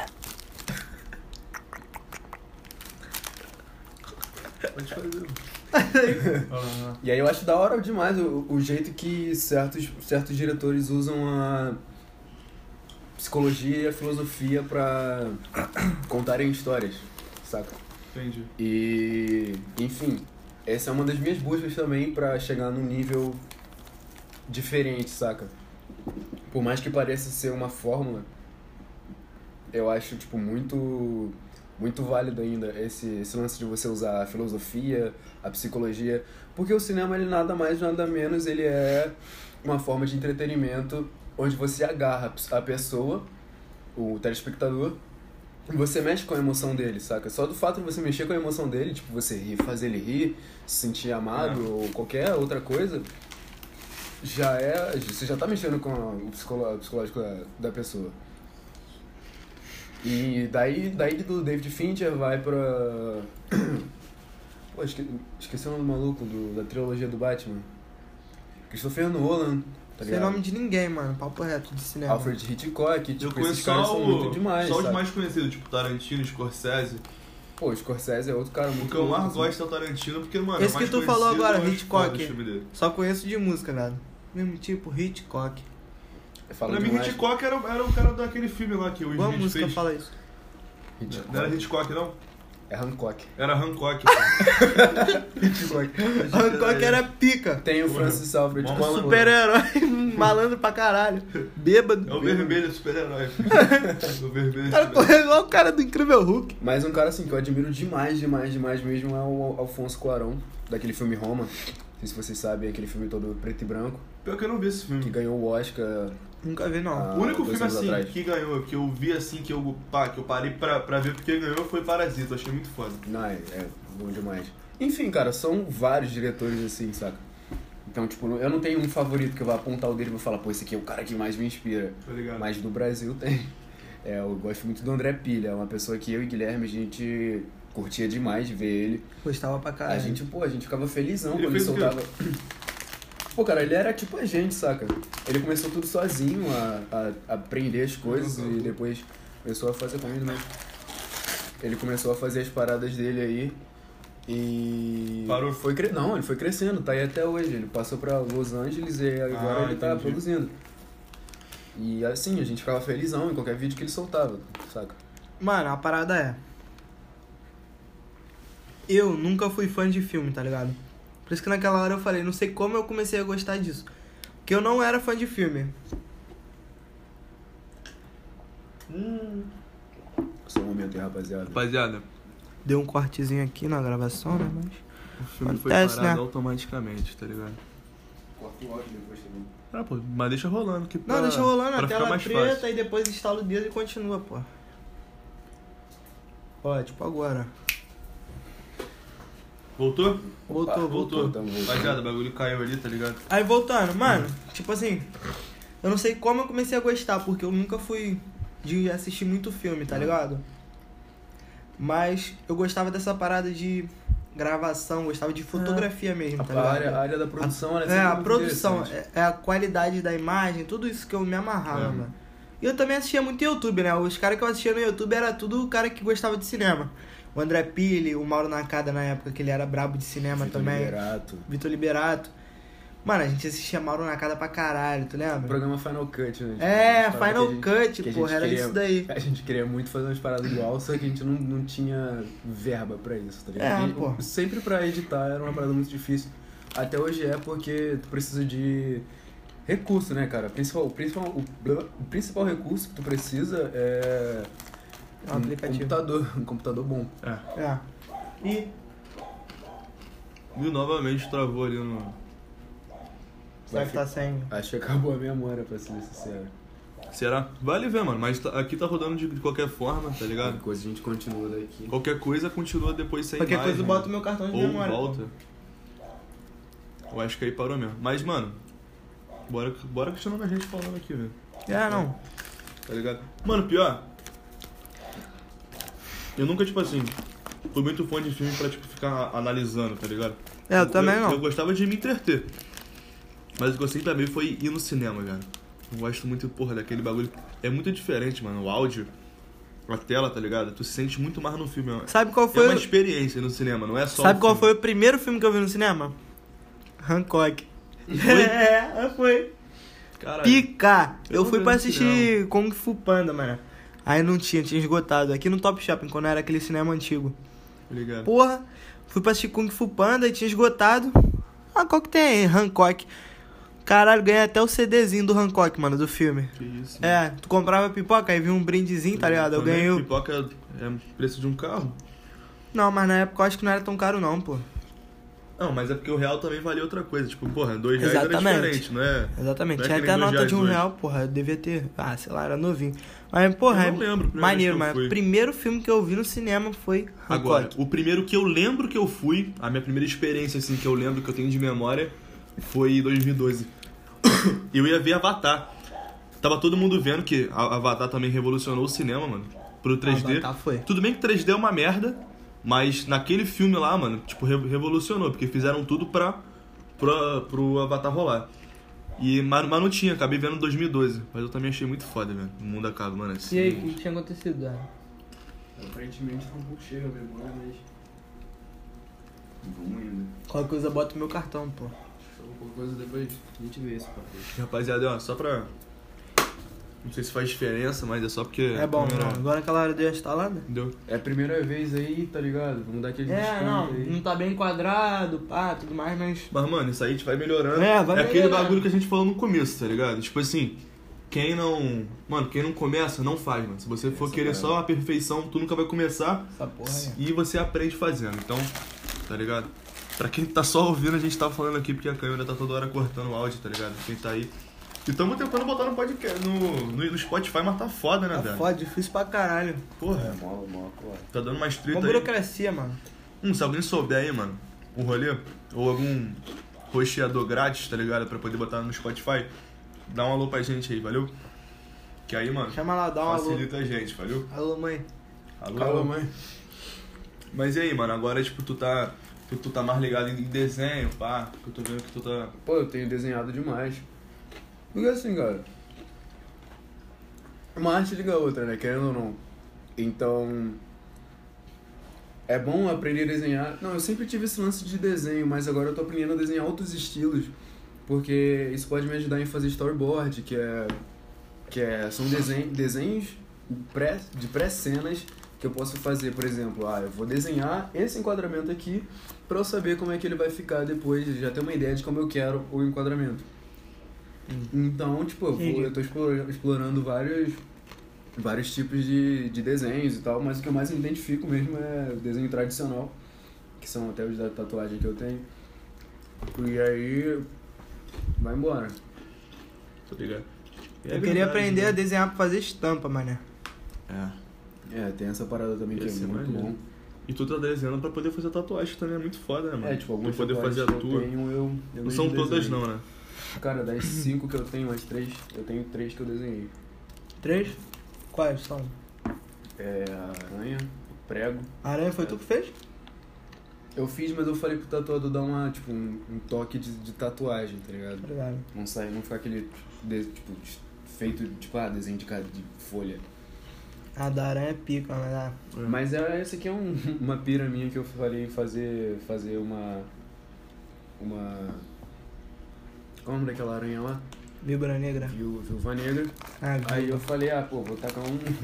Pode fazer. E aí eu acho da hora demais o jeito que certos diretores usam a psicologia e a filosofia pra contarem histórias, saca? Entendi. E, enfim, essa é uma das minhas buscas também pra chegar num nível diferente, saca? Por mais que pareça ser uma fórmula, eu acho, tipo, muito válido ainda esse lance de você usar a filosofia, a psicologia, porque o cinema, ele nada mais, nada menos, ele é uma forma de entretenimento onde você agarra a pessoa, o telespectador, e você mexe com a emoção dele, saca? Só do fato de você mexer com a emoção dele, tipo, você rir, fazer ele rir, se sentir amado ou qualquer outra coisa, você já tá mexendo com o psicológico da pessoa. E daí do David Fincher vai pra... Pô, esqueci o nome do maluco da trilogia do Batman. Christopher Nolan, tá Sem ligado? nome de ninguém, mano. Papo reto de cinema. Alfred Hitchcock, Eu tipo, conheço esses caras são muito demais, só os sabe? mais conhecidos, tipo Tarantino, Scorsese. Pô, o Scorsese é outro cara O muito que eu mais louco, gosto é o Tarantino, porque, mano, Esse é mais que tu falou conhecido, agora, eu acho Hitchcock. foda o filme dele. Só conheço de música, velho. Mesmo tipo, Hitchcock. Fala Pra mim, demais. Hitchcock era o cara daquele filme lá que o Qual Smith música fez. fala isso? Hitchcock. Não era Hitchcock, não? É Hancock. Era Hancock. pô. Hitchcock. Hancock era pica. Tem o Francis Alfred Mó Coppola. Super-herói, malandro pra caralho. Bêbado. É o vermelho super-herói. O vermelho O cara super-herói. correu igual o cara do Incrível Hulk. Mas um cara assim que eu admiro demais mesmo é o Alfonso Cuarón, daquele filme Roma. Não sei se vocês sabem, aquele filme todo preto e branco, Pior que eu não vi esse que filme. ganhou o Oscar. Nunca vi, não. Ah, O único 2 filme anos assim atrás. que ganhou, que eu vi assim, que eu parei pra ver porque ganhou foi Parasita. Eu achei muito foda. Não, é bom demais. Enfim, cara, são vários diretores assim, saca? Então, tipo, eu não tenho um favorito que eu vou apontar o dele e vou falar, pô, esse aqui é o cara que mais me inspira. Tá ligado? Mas do Brasil tem. Eu gosto muito do André Pilha, é uma pessoa que eu e Guilherme, a gente curtia demais de ver ele. Gostava pra caralho. A gente ficava felizão Ele quando ele fez o quê? soltava. Pô, cara, ele era tipo a gente, saca? Ele começou tudo sozinho a aprender as coisas e depois começou a fazer comigo, mas ele começou a fazer as paradas dele aí e... Parou? Não, ele foi crescendo, tá aí até hoje. Ele passou pra Los Angeles e agora ele tá entendi. produzindo. E assim, a gente ficava felizão em qualquer vídeo que ele soltava, saca? Mano, a parada é... Eu nunca fui fã de filme, tá ligado? Por isso que naquela hora eu falei, não sei como eu comecei a gostar disso. Porque eu não era fã de filme. Você não Comenta aí, rapaziada. Rapaziada, Deu um cortezinho aqui na gravação, né? Mas o filme acontece, foi parado né? automaticamente, tá ligado? Corta o áudio depois também. Ah, pô, mas deixa rolando. Que Não, deixa rolando pra a ficar tela mais preta fácil. e depois instala o dedo e continua, pô. Ó, tipo agora. Voltou? Voltou. Tamo voltando. Rapaziada, o bagulho caiu ali, tá ligado? Aí voltando, mano, tipo assim, eu não sei como eu comecei a gostar, porque eu nunca fui de assistir muito filme, tá ligado? Mas eu gostava dessa parada de gravação, gostava de fotografia mesmo, tá A ligado? área da produção, ela é É, sempre a muito produção, interessante. é a qualidade da imagem, tudo isso que eu me amarrava, mano. E eu também assistia muito YouTube, né? Os caras que eu assistia no YouTube era tudo cara que gostava de cinema. O André Pili, o Mauro Nakada na época, que ele era brabo de cinema Vitor também. Liberato. Vitor Liberato. Mano, a gente assistia Mauro Nakada pra caralho, tu O lembra? programa Final Cut, né? É, Tipo, Final que a gente- Cut, que a porra, gente era queria- isso daí. A gente queria muito fazer umas paradas igual, só que a gente não tinha verba pra isso, tá ligado? É, E pô. sempre pra editar era uma parada muito difícil. Até hoje é porque tu precisa de recurso, né, cara? O principal recurso que tu precisa é Um aplicativo. um computador bom. É. E E novamente travou ali no... será que tá sem? Acho que acabou a memória, pra ser sincero. Será? Vale ver, mano. Mas aqui tá rodando de qualquer forma, tá ligado? Qualquer coisa a gente continua daqui. Qualquer coisa continua depois sem Qualquer imagem. coisa eu boto meu cartão de Ou memória. volta. Eu acho que aí parou mesmo. Mas, mano, bora questionando a gente falando aqui, velho. É, não. Tá ligado? Mano, pior. Eu nunca, tipo assim, fui muito fã de filme pra, tipo, ficar analisando, tá ligado? É, eu também não. Eu gostava de me entreter. Mas o que eu sempre também foi ir no cinema, cara. Eu gosto muito, porra, daquele bagulho. É muito diferente, mano. O áudio, a tela, tá ligado? Tu se sente muito mais no filme. Sabe qual É foi? uma experiência no cinema, não é só Sabe o qual filme. foi o primeiro filme que eu vi no cinema? Hancock. Foi? É, foi. Caralho. Pica! Eu Eu fui vi pra no assistir Kung Fu Panda, mano. Aí não tinha esgotado. Aqui no Top Shopping, quando era aquele cinema antigo. Tá ligado? Porra, fui pra assistir Kung Fu Panda e tinha esgotado. Ah, qual que tem aí? Hancock. Caralho, ganhei até o CDzinho do Hancock, mano, do filme. Que isso. É, tu comprava pipoca, aí vinha um brindezinho, tá ligado? Eu Também ganhei o... Pipoca é preço de um carro? Não, mas na época eu acho que não era tão caro não, pô. Não, mas é porque o real também valia outra coisa. Tipo, porra, R$2 era Exatamente. diferente, não é? Exatamente, Não é tinha que até a nem nota de R$2 hoje. R$1, porra, eu devia ter... Ah, sei lá, era novinho. Mas, porra, Eu não lembro, a primeira maneiro, vez que eu mas fui. o primeiro filme que eu vi no cinema foi Hancock. Agora, o primeiro que eu lembro que eu fui, a minha primeira experiência, assim, que eu lembro, que eu tenho de memória, foi em 2012. Eu ia ver Avatar. Tava todo mundo vendo que a Avatar também revolucionou o cinema, mano, pro 3D. Avatar foi. Tudo bem que 3D é uma merda, mas naquele filme lá, mano, tipo, revolucionou, porque fizeram tudo pro Avatar rolar. Mas não tinha, acabei vendo em 2012. Mas eu também achei muito foda, velho. O mundo acaba, mano. Assim, E aí, o que tinha acontecido, né? Aparentemente tá um pouco cheio a memória, mas... Vamos indo. Qualquer coisa, bota o meu cartão, pô. Qualquer coisa depois a gente vê esse papo. Rapaziada, ó, só pra... Não sei se faz diferença, mas é só porque... É bom, a câmera- não. Agora aquela hora deu instalada? Entendeu? É a primeira vez aí, tá ligado? Vamos dar aquele É, desconto não, aí. não tá bem enquadrado, pá, tudo mais, mas... Mas, mano, isso aí a gente vai melhorando. É, vai aquele melhorando. bagulho que a gente falou no começo, tá ligado? Tipo assim, quem não... Mano, quem não começa, não faz, mano. Se você for querer só a perfeição, tu nunca vai começar. Essa porra aí. E você aprende fazendo, então, tá ligado? Pra quem tá só ouvindo, a gente tá falando aqui porque a câmera tá toda hora cortando o áudio, tá ligado? Quem tá aí. E tamo tentando botar no podcast, no Spotify, mas tá foda, né, Tá velho? foda, difícil pra caralho. Porra, Mó, tá dando mais Uma treta aí. burocracia, mano. Se alguém souber aí, mano, o rolê, ou algum rosteador grátis, tá ligado? Pra poder botar no Spotify, dá um alô pra gente aí, valeu? Que aí, mano, Chama lá, dá um alô. facilita a gente, valeu? Alô, mãe. Alô? Calma, mãe. Mas e aí, mano, agora, tipo, tu tá mais ligado em desenho, pá, que eu tô vendo que tu tá... Pô, eu tenho desenhado demais. Porque assim, cara... Uma arte liga a outra, né? Querendo ou não. Então... É bom aprender a desenhar. Não, eu sempre tive esse lance de desenho, mas agora eu tô aprendendo a desenhar outros estilos. Porque isso pode me ajudar em fazer storyboard, são desenhos de pré-cenas que eu posso fazer. Por exemplo, eu vou desenhar esse enquadramento aqui pra eu saber como é que ele vai ficar depois, já ter uma ideia de como eu quero o enquadramento. Então, tipo, eu tô explorando vários vários tipos de desenhos e tal, mas o que eu mais me identifico mesmo é o desenho tradicional, que são até os da tatuagem que eu tenho. E aí, vai embora. Tô ligado. Eu queria aprender a desenhar pra fazer estampa, mané. Tem essa parada também que é Esse é muito maneiro. bom. E tu tá desenhando pra poder fazer tatuagem também, é muito foda, né, mano? Tipo, algumas tu poder fazer a tatuagens que tua. eu tenho, eu Não mesmo são todas desenho. não, né? Cara, das 5 que eu tenho, as 3, eu tenho 3 que eu desenhei. 3? Quais são? A aranha, o prego. A aranha foi tu que fez? Eu fiz, mas eu falei pro tatuador dar um toque de tatuagem, tá ligado? Obrigado. Não ficar aquele, feito, desenho de folha. A da aranha é pica, mas dá. Mas essa aqui é uma pira minha que eu falei fazer uma... Qual é o nome daquela aranha lá? Víbora negra. Viúva Negra. Ah, Aí eu falei, vou tacar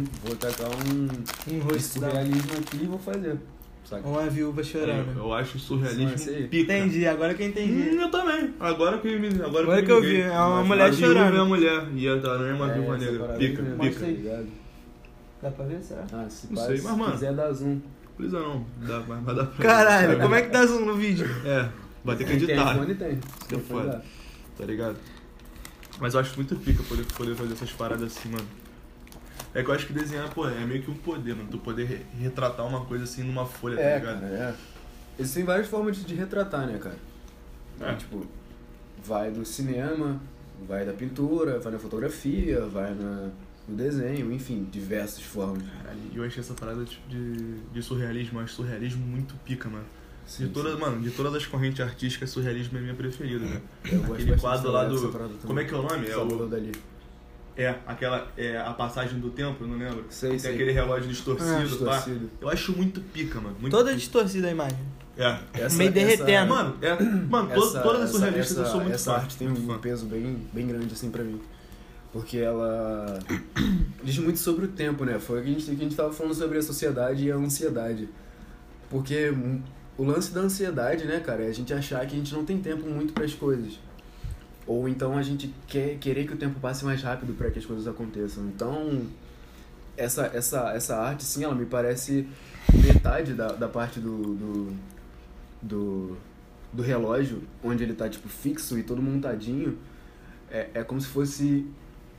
um rosto da... surrealismo aqui e vou fazer. Saca? Uma viúva chorando. Eu acho surrealismo Esse aí. pica. Entendi, agora que eu entendi. Eu também. Agora que eu vi. Agora que eu vi, é uma mulher A viúva é chorando. uma mulher e a aranha é uma viúva essa negra. parada Pica, aí mesmo, pica. tá ligado? Dá pra ver, será? Se Não sei, mas, mano, quiser dar zoom. Precisa não. Mas dá pra... Caralho, como é que dá zoom no vídeo? Vai ter que Tem editar. iPhone, tem. Isso que é Tem foda. iPhone, Tá ligado? Mas eu acho muito pica poder fazer essas paradas assim, mano. É que eu acho que desenhar, é meio que um poder, mano. Tu poder retratar uma coisa assim numa folha, tá ligado? Cara, Existem várias formas de retratar, né, cara? Vai do cinema, vai da pintura, vai na fotografia, vai no desenho, enfim, diversas formas. Caralho, eu achei essa parada tipo, de surrealismo, eu acho surrealismo muito pica, mano. Sim, De todas as correntes artísticas, surrealismo é minha preferida, né? Eu gosto Aquele bastante quadro lá dessa do... parada também. Como é que é o nome? Salvador Dali. A passagem do tempo, eu não lembro. Sei. Tem aquele relógio distorcido, distorcido. Eu acho muito pica, mano. Muito Toda pica. distorcida a imagem. Essa- Meio derretendo. Mano, todas as surrealistas eu sou muito essa fã. arte tem muito um fã. peso bem grande assim pra mim. Porque ela diz muito sobre o tempo, né? Foi o que a gente tava falando sobre a sociedade e a ansiedade. Porque o lance da ansiedade, né, cara, é a gente achar que a gente não tem tempo muito pras coisas. Ou então a gente querer que o tempo passe mais rápido pra que as coisas aconteçam. Então, essa arte, sim, ela me parece metade da parte do relógio, onde ele tá, tipo, fixo e todo montadinho. É como se fosse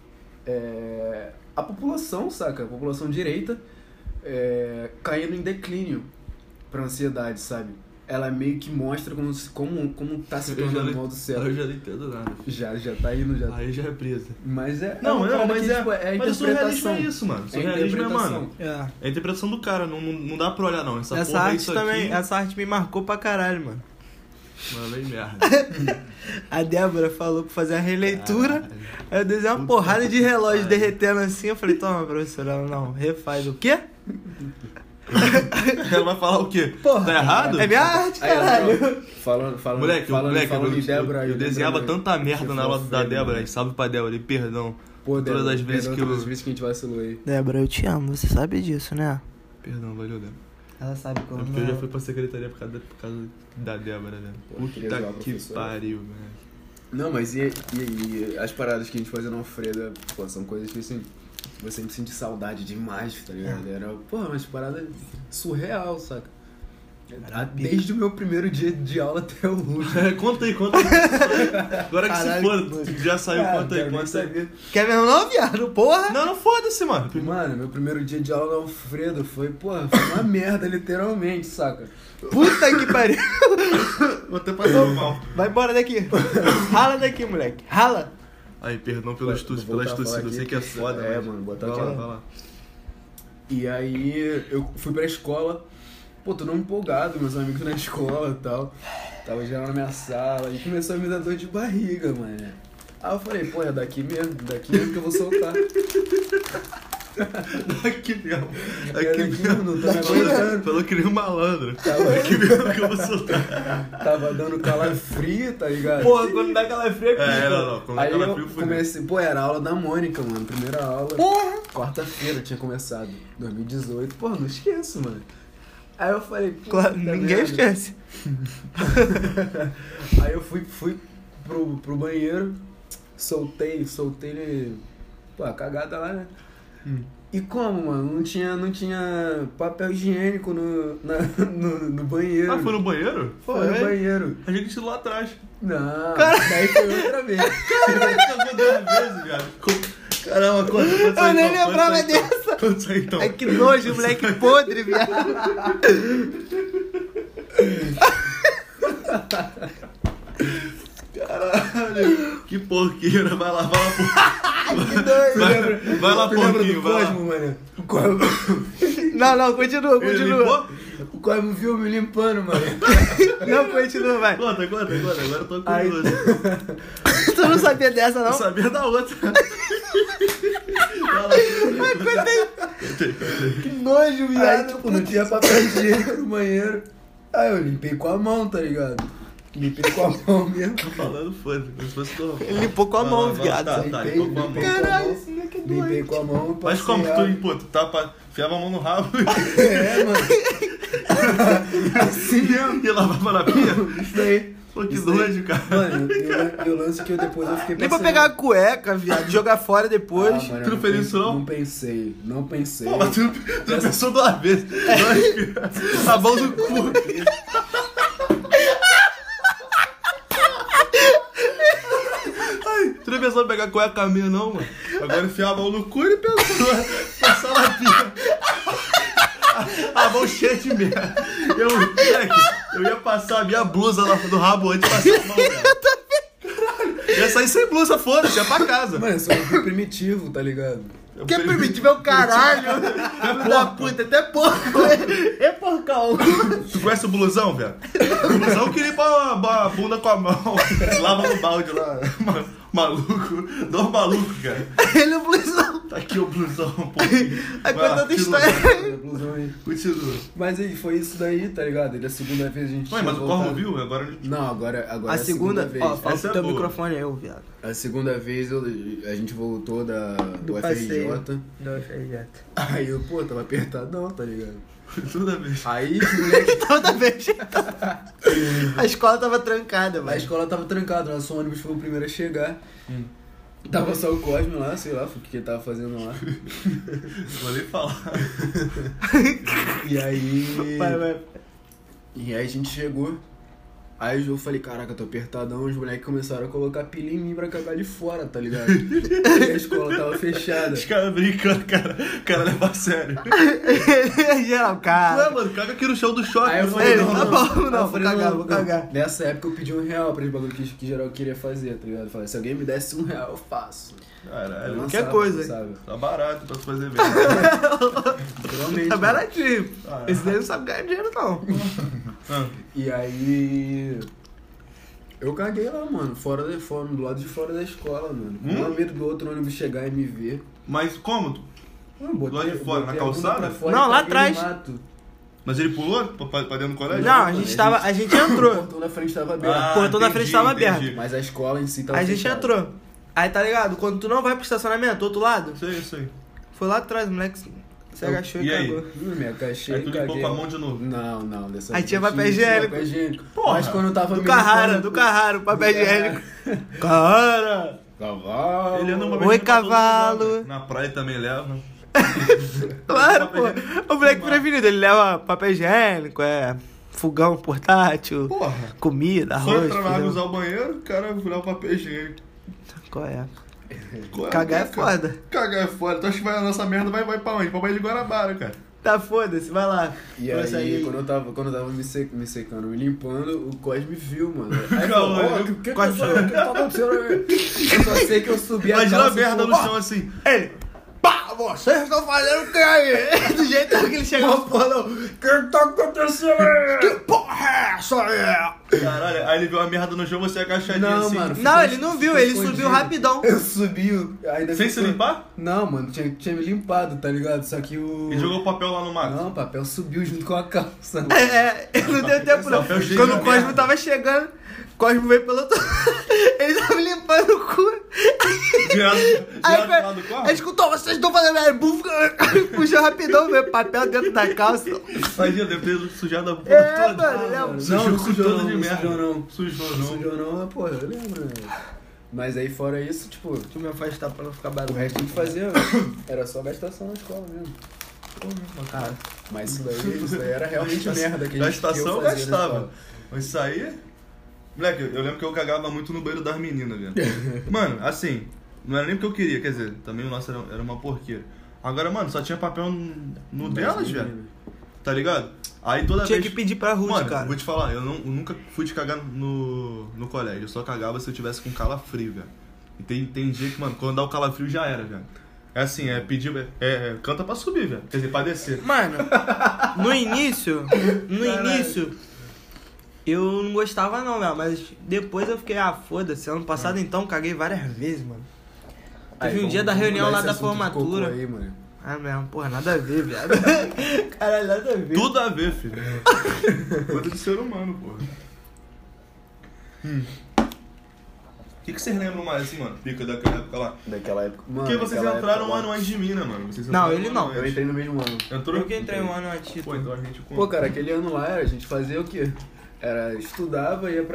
a população, saca? A população direita caindo em declínio pra ansiedade, sabe? Ela meio que mostra como tá se tornando o mal do céu. Eu já não entendo nada. Já tá indo, já. Aí já é presa. Mas Não, uma parada mas que, é. tipo, a Mas o surrealismo interpretação. é isso, mano. É a Surrealismo é, mano. interpretação. É a interpretação do cara, não dá pra olhar, não. Essa Essa porra é arte isso também, aqui. essa arte me marcou pra caralho, mano. Mano, vem merda. A Débora falou pra fazer a releitura. Aí eu desenhei uma porrada de relógio derretendo assim. Eu falei, toma, professora. Ela, não, refaz. O quê? Ela vai falar o quê? Porra, Tá errado? É minha arte, Aí, caralho. Falando Moleque, em Débora, eu desenhava lembrei- tanta merda Você na aula foi da feio, Débora. mano. Salve pra Débora, e perdão. Pô, Todas Débora, as vezes perdão que eu- todas as vezes que a gente vacilou aí. Débora, eu te amo. Você sabe disso, né? Perdão, valeu, Débora. Ela sabe como É porque eu já fui pra secretaria por causa da Débora, né? Pô, queria zoar a Puta que professora. pariu, velho. Não, mas e as paradas que a gente fazia no Alfredo, pô, são coisas que assim, você sempre sente saudade demais, tá ligado? Era, porra, umas paradas surreal, saca? Desde o meu primeiro dia de aula até o último. Conta aí. Agora que Caralho, se for, já saiu, conta aí, conta aí. Quer mesmo não, viado? Porra! Não foda-se, mano. Mano, meu primeiro dia de aula no Alfredo foi uma merda, literalmente, saca? Puta que pariu! Vou até passar mal. Vai embora daqui. Rala daqui, moleque. Rala. Aí, perdão pela Vou tossida, voltar a falar eu sei aqui que é que- foda, é, mas... mano, botar vai aqui, lá, ó. vai lá. E aí eu fui pra escola, pô, todo mundo empolgado, meus amigos na escola e tal. Tava geral na minha sala e começou a me dar dor de barriga, mano. Aí eu falei, pô, é daqui mesmo que eu vou soltar. Aqui mesmo. É daqui mesmo, não tô me Falou, aguentando. falou que nem um malandro. Tava, Aqui mesmo que eu vou soltar. tava dando calafrio, tá ligado? Porra, quando dá aquela fria Não. Como é Aí que ela eu viu, foi comecei, pô, era a aula da Mônica, mano, primeira aula. Porra! Quarta-feira tinha começado, 2018. Pô, não esqueço, mano. Aí eu falei, pô, Claro, puta ninguém merda. esquece. Aí eu fui pro banheiro, soltei ele, pô, a cagada lá, né? E como, mano? Não tinha papel higiênico no banheiro. Ah, foi no banheiro? Foi no banheiro. A gente tirou lá atrás. Não, daí foi outra vez. Cagou 2 vezes, viado. Caramba, quanto Eu nem lembrava dessa. Quanto aí, então? Ai, que nojo, moleque podre, viado. Caralho, que porqueira. Vai lá, Que doido. vai lá, Tu lembra porquinho, do vai lá. Cosmo, mano? O Cosmo, Não, continua. Ele limpou? o Cosmo viu me limpando, mano. Não, continua, vai. Conta. Agora eu tô Aí- curioso. Tu não sabia dessa, Eu não? sabia da outra. Que nojo, Aí, viado. tipo, não tinha papel higiênico no banheiro. Aí eu limpei com a mão, tá ligado? Limpei com a mão mesmo. Tô falando, foda-se. Como se fosse normal. Ele limpou com a mão, viado. Tá, Limpei, limpou com a mão. limpei Caralho, esse moleque é doido. Limpei com a mão e Mas passei como? água. Pô, tu enfiava a mão no rabo É, mano. Assim mesmo. e lavava na pia? Isso daí. Pô, que Isso daí. nojo, cara. Mano, eu lance que eu depois eu fiquei Nem pra pensando. pegar a cueca, viado. Jogar fora depois. Ah, mano, Tu não fez isso, não? Não pensei. Pô, mas tu não pensou 2 vezes. A mão no cu. Ai, tu não pensou em pegar cueca minha, não, mano? Agora enfiar a mão no cu e ele pensou passar na pia. A mão cheia de merda. Eu ia passar a minha blusa lá do rabo antes de passar a mão, velho. Ia sair sem blusa, foda-se, ia pra casa. Mano, eu sou muito primitivo, tá ligado? Que é primitivo é o caralho. Filho da puta, até porco. É porcão. Tu conhece o blusão, velho? O blusão que limpa a bunda com a mão. Lava no balde lá. Maluco. 2 malucos, cara. Ele é o blusão. Tá aqui o blusão, pô. Aí conta outra história. Blusão aí. Continua. Mas aí, foi isso daí, tá ligado? E da segunda vez a gente Ué, tinha mas o Corvo voltado. viu? Agora... Não, agora A é segunda, vez. ó, fala Essa pro é teu boa. microfone aí, ô viado. A segunda vez a gente voltou do FRJ. passeio. Do FRJ. Aí eu, pô, tava apertadão, tá ligado? Toda vez. Aí os moleques. Toda vez. A escola tava trancada, A velho. escola tava trancada, nosso ônibus foi o primeiro a chegar. Tava só o Cosmo lá, sei lá, o que ele tava fazendo lá. Não vou nem falar. E aí. Vai. E aí a gente chegou. Aí eu falei, caraca, eu tô apertadão, os moleques começaram a colocar pilha em mim pra cagar de fora, tá ligado? E a escola tava fechada. Os caras brincando, cara. O cara leva a sério. Geral, Ué, cara. mano, caga aqui no chão do shopping. Aí eu não, falei, Ele, não, tá não. bom, Aí eu não, vou falei, cagar, vou cagar. Nessa época eu pedi R$1 pra esse bagulho que geral queria fazer, tá ligado? Eu falei, se alguém me desse R$1, eu faço. Eu Caralho. Qualquer lançava, coisa, hein? sabe? Tá barato pra tu fazer mesmo. Literalmente. Tá baratinho. Ah, Esse daí não sabe ganhar dinheiro, não. E aí. Eu caguei lá, mano, do lado de fora da escola, mano. Com um medo do outro ônibus chegar e me ver. Mas como? Eu botei, Lado de fora, botei na a bunda calçada? pra fora Não, e lá caguei no atrás. mato. Mas ele pulou pra dentro do colégio? Não, a gente O entrou. portão da frente tava aberto. Ah, O portão da frente tava entendi. aberto. Mas a escola em si tava A gente fechada. entrou. Aí tá ligado? Quando tu não vai pro estacionamento, do outro lado, Isso aí. foi lá atrás, o moleque se agachou E e aí? cagou. Me agachei Aí tu e limpou caguei. com a mão de novo. Não, dessa Aí vez tinha não papel higiênico. papel higiênico. Porra, Mas quando eu tava Do me Carrara, limpando- papel higiênico. Carrara! Cavalo. Ele anda uma Oi, vez pra todo cavalo. lugar, né? Na praia também leva. Claro, Papel pô. higiênico. O moleque prevenido, ele leva papel higiênico, fogão portátil, Porra. comida, Só arroz. entrar na água, feijão. usar o banheiro, o cara vai virar o papel higiênico. Qual é? Qual Cagar é cara? foda. Cagar é foda. Tu acha que vai a nossa merda vai pra onde? Pra Baía de Guarabara, cara. Tá foda-se, vai lá. E Trouxe aí, quando eu tava me secando, me limpando, o Cosme viu, mano. Aí Calma, falou, ó, eu- o que tá acontecendo aí? Eu só sei que eu subi a Imagina a calça e merda falou, no "Ó, chão assim. Ele, pá, vocês estão fazendo o que aí? Do jeito que ele chegou, falou, o que tá acontecendo aí? que porra é essa aí? Caralho, aí ele viu a merda no chão, você agachadinho Não, assim. mano. Não, ele não viu, Ficou ele escondido. subiu rapidão. Eu subi, ainda Sem se ficou- limpar? Não, mano, tinha me limpado, tá ligado? Só que o... E jogou o papel lá no mato. Não, o papel subiu junto com a calça. Não deu tempo não. Papel cheio Quando de o Cosmo merda. tava chegando, o Cosmo veio pelo outro ele tava limpando o cu. Virado Aí, pro lado do carro. ele escutou, vocês estão fazendo aí, buf, puxou rapidão, veio papel dentro da calça. Imagina, deve ter sujado a porra É, toda. mano, ele é um- Sujou Não com tudo de não merda. sujou não. Sujou Não não. sujou não, porra, eu lembro, né? Mas aí fora isso, tipo, Deixa eu me afastar pra não ficar o barulho. resto a gente fazia era só gastação na escola mesmo. Cara, Mas isso daí era realmente merda que a gente Gastação eu fazia na gastava. escola. Mas isso aí... Moleque, eu lembro que eu cagava muito no banheiro das meninas, velho. Mano, assim, não era nem porque eu queria, quer dizer, também o nosso era uma porqueira. Agora, mano, só tinha papel no delas, velho. Tá ligado? Aí toda tinha vez... que pedir pra Ruth, Mano, cara. vou te falar, eu nunca fui de cagar no colégio. Eu só cagava se eu tivesse com calafrio, velho. E tem dia que, mano, quando dá o calafrio já era, velho. É assim, é pedir... canta pra subir, velho. Quer dizer, pra descer. Mano, no início, eu não gostava não, velho. Mas depois eu fiquei, foda-se. Ano passado, então, caguei várias vezes, mano. Teve um dia da reunião lá da formatura. Aí, mano. Mesmo, porra, nada a ver, viado. Caralho, nada a ver. Tudo a ver, filho. Coisa de ser humano, porra. O que vocês lembram mais, assim, mano? Pica daquela época lá. Daquela época. Mano, Porque vocês naquela entraram um época, ano antes de mim, né, mano? Vocês Não, entraram ele um não. ano Eu antes. entrei no mesmo ano. Entrou? Eu que entrei um ano antes. Pô, então a gente conta. Pô, cara, aquele ano lá a gente fazia o quê? Era, estudava, ia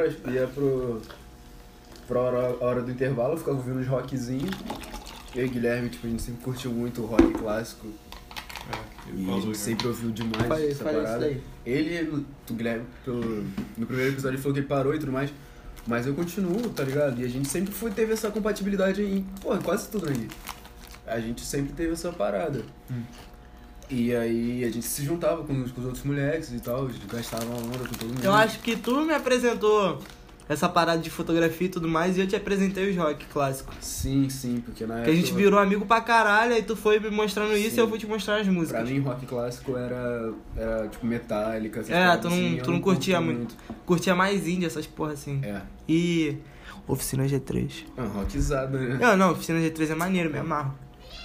pra hora do intervalo, ficava ouvindo uns rockzinhos. Eu e o Guilherme, tipo, a gente sempre curtiu muito o rock clássico. E a gente sempre ouviu demais Falei essa isso parada. daí. Ele, o Guilherme, no primeiro episódio ele falou que ele parou e tudo mais. Mas eu continuo, tá ligado? E a gente sempre teve essa compatibilidade em, pô, quase tudo aí. A gente sempre teve essa parada. E aí a gente se juntava com os outros moleques e tal, a gente gastava uma onda com todo mundo. Eu acho que tu me apresentou essa parada de fotografia e tudo mais, e eu te apresentei os rock clássicos. Sim, porque na época... Que a gente virou amigo pra caralho, aí tu foi me mostrando isso Sim. e eu vou te mostrar as músicas. Pra mim, rock clássico era tipo Metallica, essas tu paradas não, assim, eu tu não curtia curtia muito. Curtia mais indie, essas porra assim. É. E... Oficina G3. É um rockzado, né? Não, Oficina G3 é maneiro, me amarro.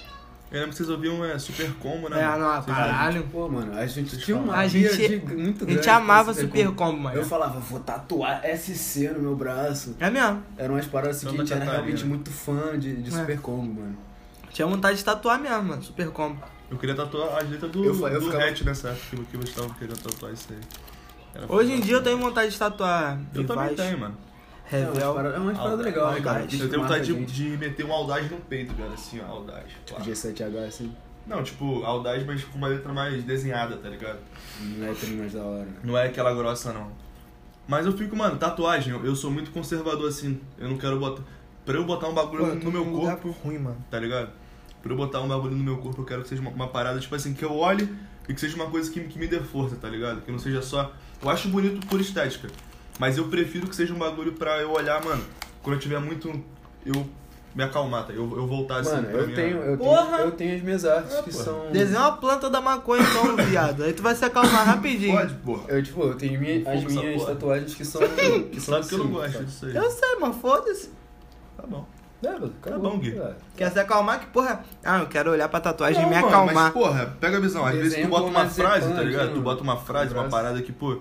Eu lembro que vocês ouviam Super Combo, né? Não, Vocês caralho. Pô, mano, a gente tinha uma A pira gente- muito A grande. gente amava com Super Combo, mano. Eu falava, vou tatuar SC no meu braço. É mesmo. Eram umas paradas assim que a Samba gente era Catarina. realmente muito fã de É. Super Combo, mano. Tinha vontade de tatuar mesmo, mano. Super Combo. Eu queria tatuar as letras do Eu ficava- Hatch nessa época, que eu gostava, queria tatuar isso aí. Era Hoje em foda. dia eu tenho vontade de tatuar Eu também Rivais, tenho, mano. Revel. É umas paradas legais, né, cara? Audaz. Eu tenho Marca vontade a gente. de meter um Audaz no peito, cara, assim, ó, Audaz. Tipo G7H, assim. Não, tipo, Audaz, mas com uma letra mais desenhada, tá ligado? Não é tão mais da hora. Não é aquela grossa, não. Mas eu fico, mano, tatuagem, eu sou muito conservador, assim. Eu não quero botar... Pra eu botar um bagulho no meu corpo, ruim, mano. tá ligado? Pra eu botar um bagulho no meu corpo, eu quero que seja uma parada, tipo assim, que eu olhe e que seja uma coisa que me dê força, tá ligado? Que não seja só... Eu acho bonito por estética, mas eu prefiro que seja um bagulho pra eu olhar, mano, quando eu tiver muito... Eu me acalmar, tá? Eu voltar assim Mano, pra minha... Porra! eu tenho as minhas artes que porra. são... Desenha uma planta da maconha então, viado. Aí tu vai se acalmar rapidinho. Pode, porra. Eu tenho as Fogo essa minhas porra. tatuagens que são... Sabe que eu não assim, gosto sabe? disso aí. Eu sei, mas foda-se. Tá bom. Acabou, bom, Gui. cara. Quer se acalmar? Que porra? Eu quero olhar pra tatuagem e Não, me mano, acalmar. Mas, porra, pega a visão. Às vezes tu Desenho bota com uma uma frase, tá zepan ligado? aqui Tu bota uma no frase, uma braço. parada que, pô,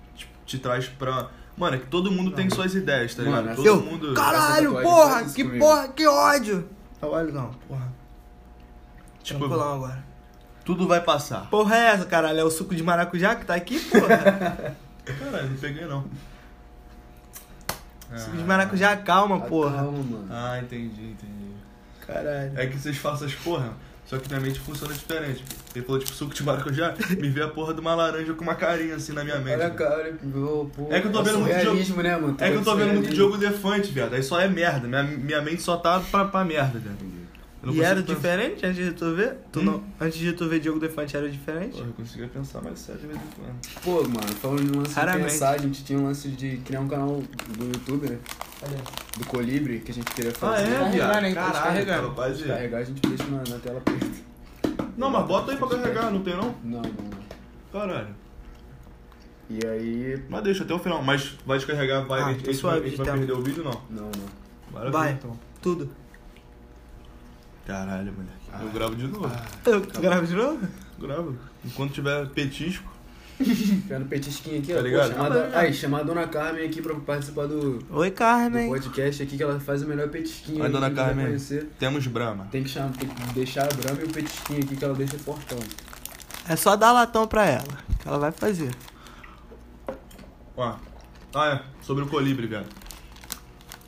te traz pra... Mano, é que todo mundo tem suas ideias, tá ligado? Mano, Todo Eu, mundo... caralho, Essa tatuagem porra, faz isso que comigo. porra, que ódio. Olha não, porra. Tipo, Tranquilão agora. tudo vai passar. Porra é essa, caralho? É o suco de maracujá que tá aqui, porra? Caralho, não peguei não. Suco de maracujá, calma, porra. Calma, mano. Ah, entendi. Caralho. É que vocês façam as porra, só que minha mente funciona diferente. Ele falou, tipo, suco de maracujá, me vê a porra de uma laranja com uma carinha assim na minha mente. Olha a né? cara, pô. É que eu tô vendo muito realismo, né, mano? É que eu tô vendo muito Diogo Defante, viado. Aí só é merda. Minha mente só tá pra merda, viado. Eu não E era consigo pensar. diferente antes de tu ver? Antes de tu ver Diogo Defante era diferente? Porra, eu conseguia pensar mais sério de vez em quando. Pô, mano, falando de lance Raramente. de pensar, a gente tinha um lance de criar um canal do YouTube, né? Do Colibri, que a gente queria fazer. é, viado? viado? Tá Caralho, descarregando. rapaz. Se carregar, a gente deixa na tela preta. Não, mas bota aí pra carregar, não tem não? Não. Caralho. E aí... Mas deixa até o final. Mas vai descarregar, vai, Ah, a gente, tô suave a gente vai de tempo. perder o vídeo, não? Não. Maravilha, Vai. então. Tudo. Caralho, moleque. Eu gravo de novo. Tu grava de novo? Gravo. Enquanto tiver petisco. Ficando petisquinho aqui, Tá ó. ligado? Chamar a Dona Carmen aqui pra participar do Oi, Carmen. podcast aqui, que ela faz o melhor petisquinho. Oi, aí, Dona quem quiser Carmen. conhecer. Temos Brahma. Tem que deixar a Brahma e o petisquinho aqui, que ela deixa fortão. É só dar latão pra ela, que ela vai fazer. Ó. Ah, é. Sobre o colibri, velho.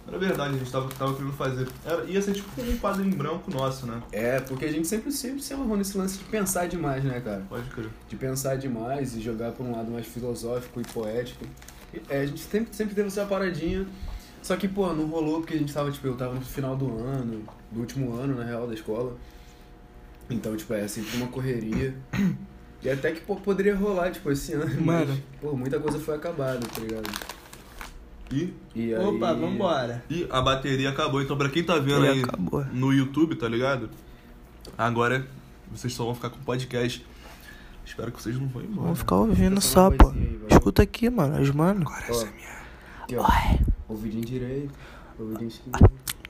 Era verdade, a gente tava querendo fazer. Ia ser tipo um quadro em branco nosso, né? Porque a gente sempre se amarrou nesse lance de pensar demais, né, cara? Pode crer. De pensar demais e jogar pra um lado mais filosófico e poético. A gente sempre teve essa paradinha. Só que, pô, não rolou porque a gente tava, tipo, eu tava no final do ano, do último ano, na real, da escola. Então, tipo, é sempre uma correria. E até que, pô, poderia rolar, tipo, esse ano. Mano. Mas, pô, muita coisa foi acabada, tá ligado? E E aí... Opa, vambora. E a bateria acabou, então pra quem tá vendo aí Acabou. no YouTube, tá ligado? Agora vocês só vão ficar com o podcast. Espero que vocês não vão embora. Vamos ficar ouvindo Só só, uma pô. vozinha aí, vai. Escuta aqui, mano, as mano. Agora Ó, essa é minha. aqui, ó. Ouvidinho direito, ouvidinho esquerdo.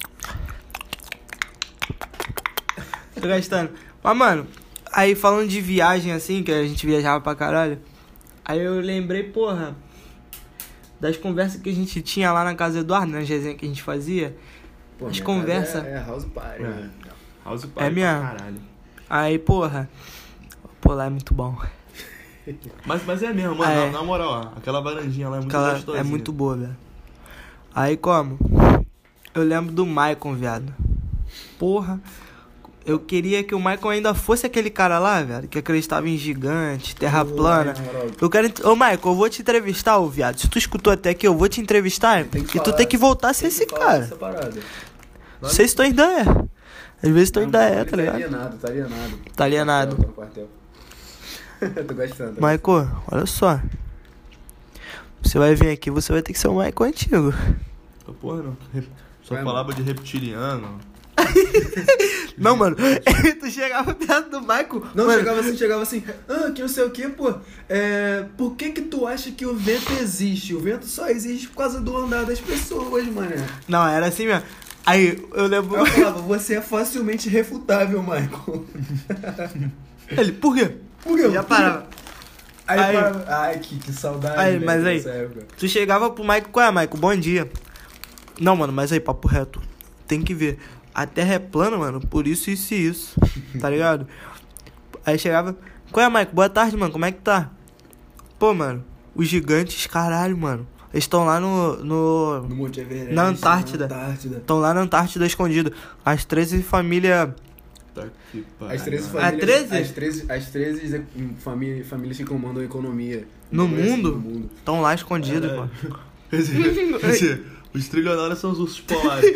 Tô gastando. Mas, mano, aí falando de viagem assim, que a gente viajava pra caralho, aí eu lembrei, porra, das conversas que a gente tinha lá na casa do Eduardo, nas resenhas que a gente fazia. Pô, As minha conversa- casa é house party, né? House É Party minha. pra caralho. Aí, porra, pô, lá é muito bom. Mas é mesmo, mano. É. Na moral, ó, aquela varandinha lá é muito Aquela gostosinha. é muito boa, velho. Aí como? Eu lembro do Maicon, viado. Porra, eu queria que o Maicon ainda fosse aquele cara lá, velho, que acreditava em gigante, terra plana. Na moral, Eu quero. Ô, Maicon, eu vou te entrevistar, ô viado. Se tu escutou até aqui, eu vou te entrevistar. tem que E tu falar- tem que voltar a ser tem que esse falar cara. dessa parada. Não sei se tu ainda é. Às vezes tu ainda é, tá ligado? Tá alienado. Tá alienado. Tá no quartel. Tô gostando. Maicon, olha só. Você vai vir aqui, você vai ter que ser o Maicon antigo. Porra, não. Só É, falava de reptiliano. Não, mano. Tu chegava perto do Maicon. Não, mano, chegava assim, que não sei o que, pô. Por que tu acha que o vento existe? O vento só existe por causa do andar das pessoas, mano. Não, era assim mesmo. Aí, eu lembro. Eu falava, você é facilmente refutável, Michael. Ele, por quê? Por quê? Eu já parava. Aí- parava. Ai, que saudade. Aí, velho, mas aí- dessa época. Tu chegava pro Maicon, qual é, Maicon? Bom dia. Não, mano, mas aí, papo reto. Tem que ver. A terra é plana, mano, por isso e isso. Tá ligado? Aí chegava, qual é, Maicon? Boa tarde, mano, como é que tá? Pô, mano, os gigantes, caralho, mano. Eles estão lá no No Monte Everest. Na Antártida. Estão lá na Antártida escondido. As 13 famílias. Tá que As 13 pariu. famílias. As 13 famílias que comandam a economia. No Brasil, mundo? No mundo. Estão lá escondidos, mano. Quer dizer, os trilionários são os ursos polares.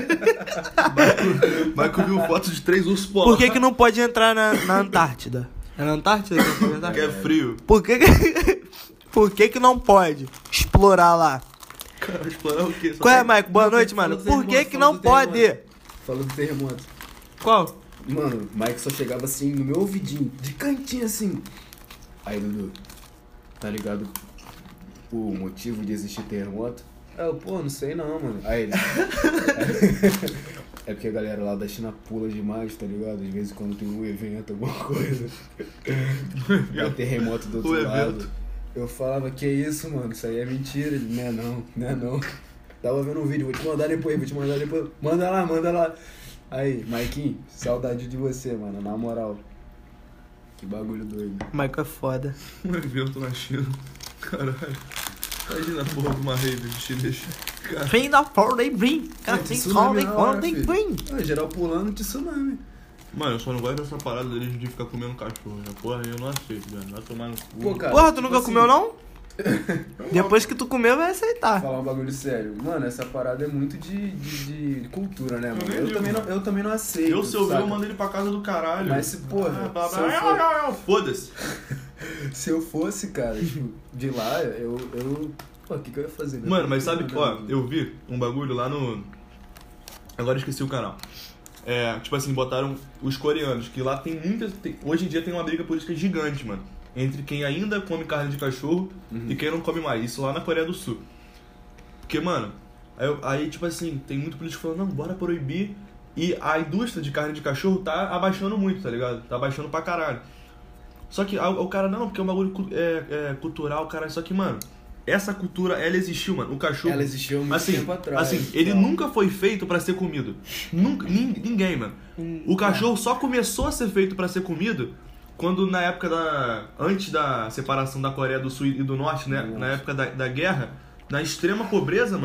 Michael viu foto de 3 ursos polares. Por que não pode entrar na Antártida? É na Antártida que não pode entrar? Porque é frio. Por que não pode explorar lá? Cara, explorar o quê? Só Qual é, tem- Maicon? Boa Fala noite, do mano. terremoto, Por que fala não do pode? terremoto. Falando do terremoto. Qual? Mano, o Mike só chegava assim no meu ouvidinho, de cantinho assim. Aí, Dudu, tá ligado o motivo de existir terremoto? Aí eu, pô, não sei não, mano. Aí ele. É porque a galera lá da China pula demais, tá ligado? Às vezes quando tem um evento, alguma coisa. Dá terremoto do outro O lado. evento. Eu falava, que isso, mano? Isso aí é mentira. Ele, não é não. Tava vendo um vídeo, vou te mandar depois. Manda lá. Aí, Maiquinho, saudade de você, mano, na moral. Que bagulho doido. Maicon é foda. Um evento na China. Caralho. Imagina a porra de uma rede de chinês. Cara, Vem da porra, nem vem. Tsunami na hora, nem filho. vem. Geral pulando de tsunami. mano, eu só não gosto dessa parada deles de ficar comendo cachorro, né? Porra, eu não aceito, velho. Vai tomar no cu. Pô, cara, Porra, tu tipo nunca assim, comeu, não? Depois que tu comeu, vai aceitar. Falar um bagulho sério. Mano, essa parada é muito de cultura, né, mano? nem Eu digo, também, mano. eu também não aceito. Eu, se eu ver, saca? eu mando ele pra casa do caralho. Mas se, porra, blá, se blá, eu blá, foda-se. Se eu fosse, cara, tipo, de lá, eu... Pô, o que eu ia fazer? Né? Mano, mas sabe que, ó, eu vi um bagulho lá no... Agora eu esqueci o canal. Tipo assim, botaram os coreanos, que lá tem muitas... Hoje em dia tem uma briga política gigante, mano. Entre quem ainda come carne de cachorro e quem não come mais. Isso lá na Coreia do Sul. Porque, mano, aí tipo assim, tem muito político falando, não, bora proibir. E a indústria de carne de cachorro tá abaixando muito, tá ligado? Tá abaixando pra caralho. Só que o cara, não, porque é um bagulho cultural, cara. Só que, mano, essa cultura, ela existiu, mano. O cachorro... Ela existiu há muito assim, tempo atrás. Assim, ele Então. nunca foi feito pra ser comido. Nunca, ninguém, mano. O cachorro só começou a ser feito pra ser comido quando na época antes da separação da Coreia do Sul e do Norte, né? Na época da guerra, na extrema pobreza, mano,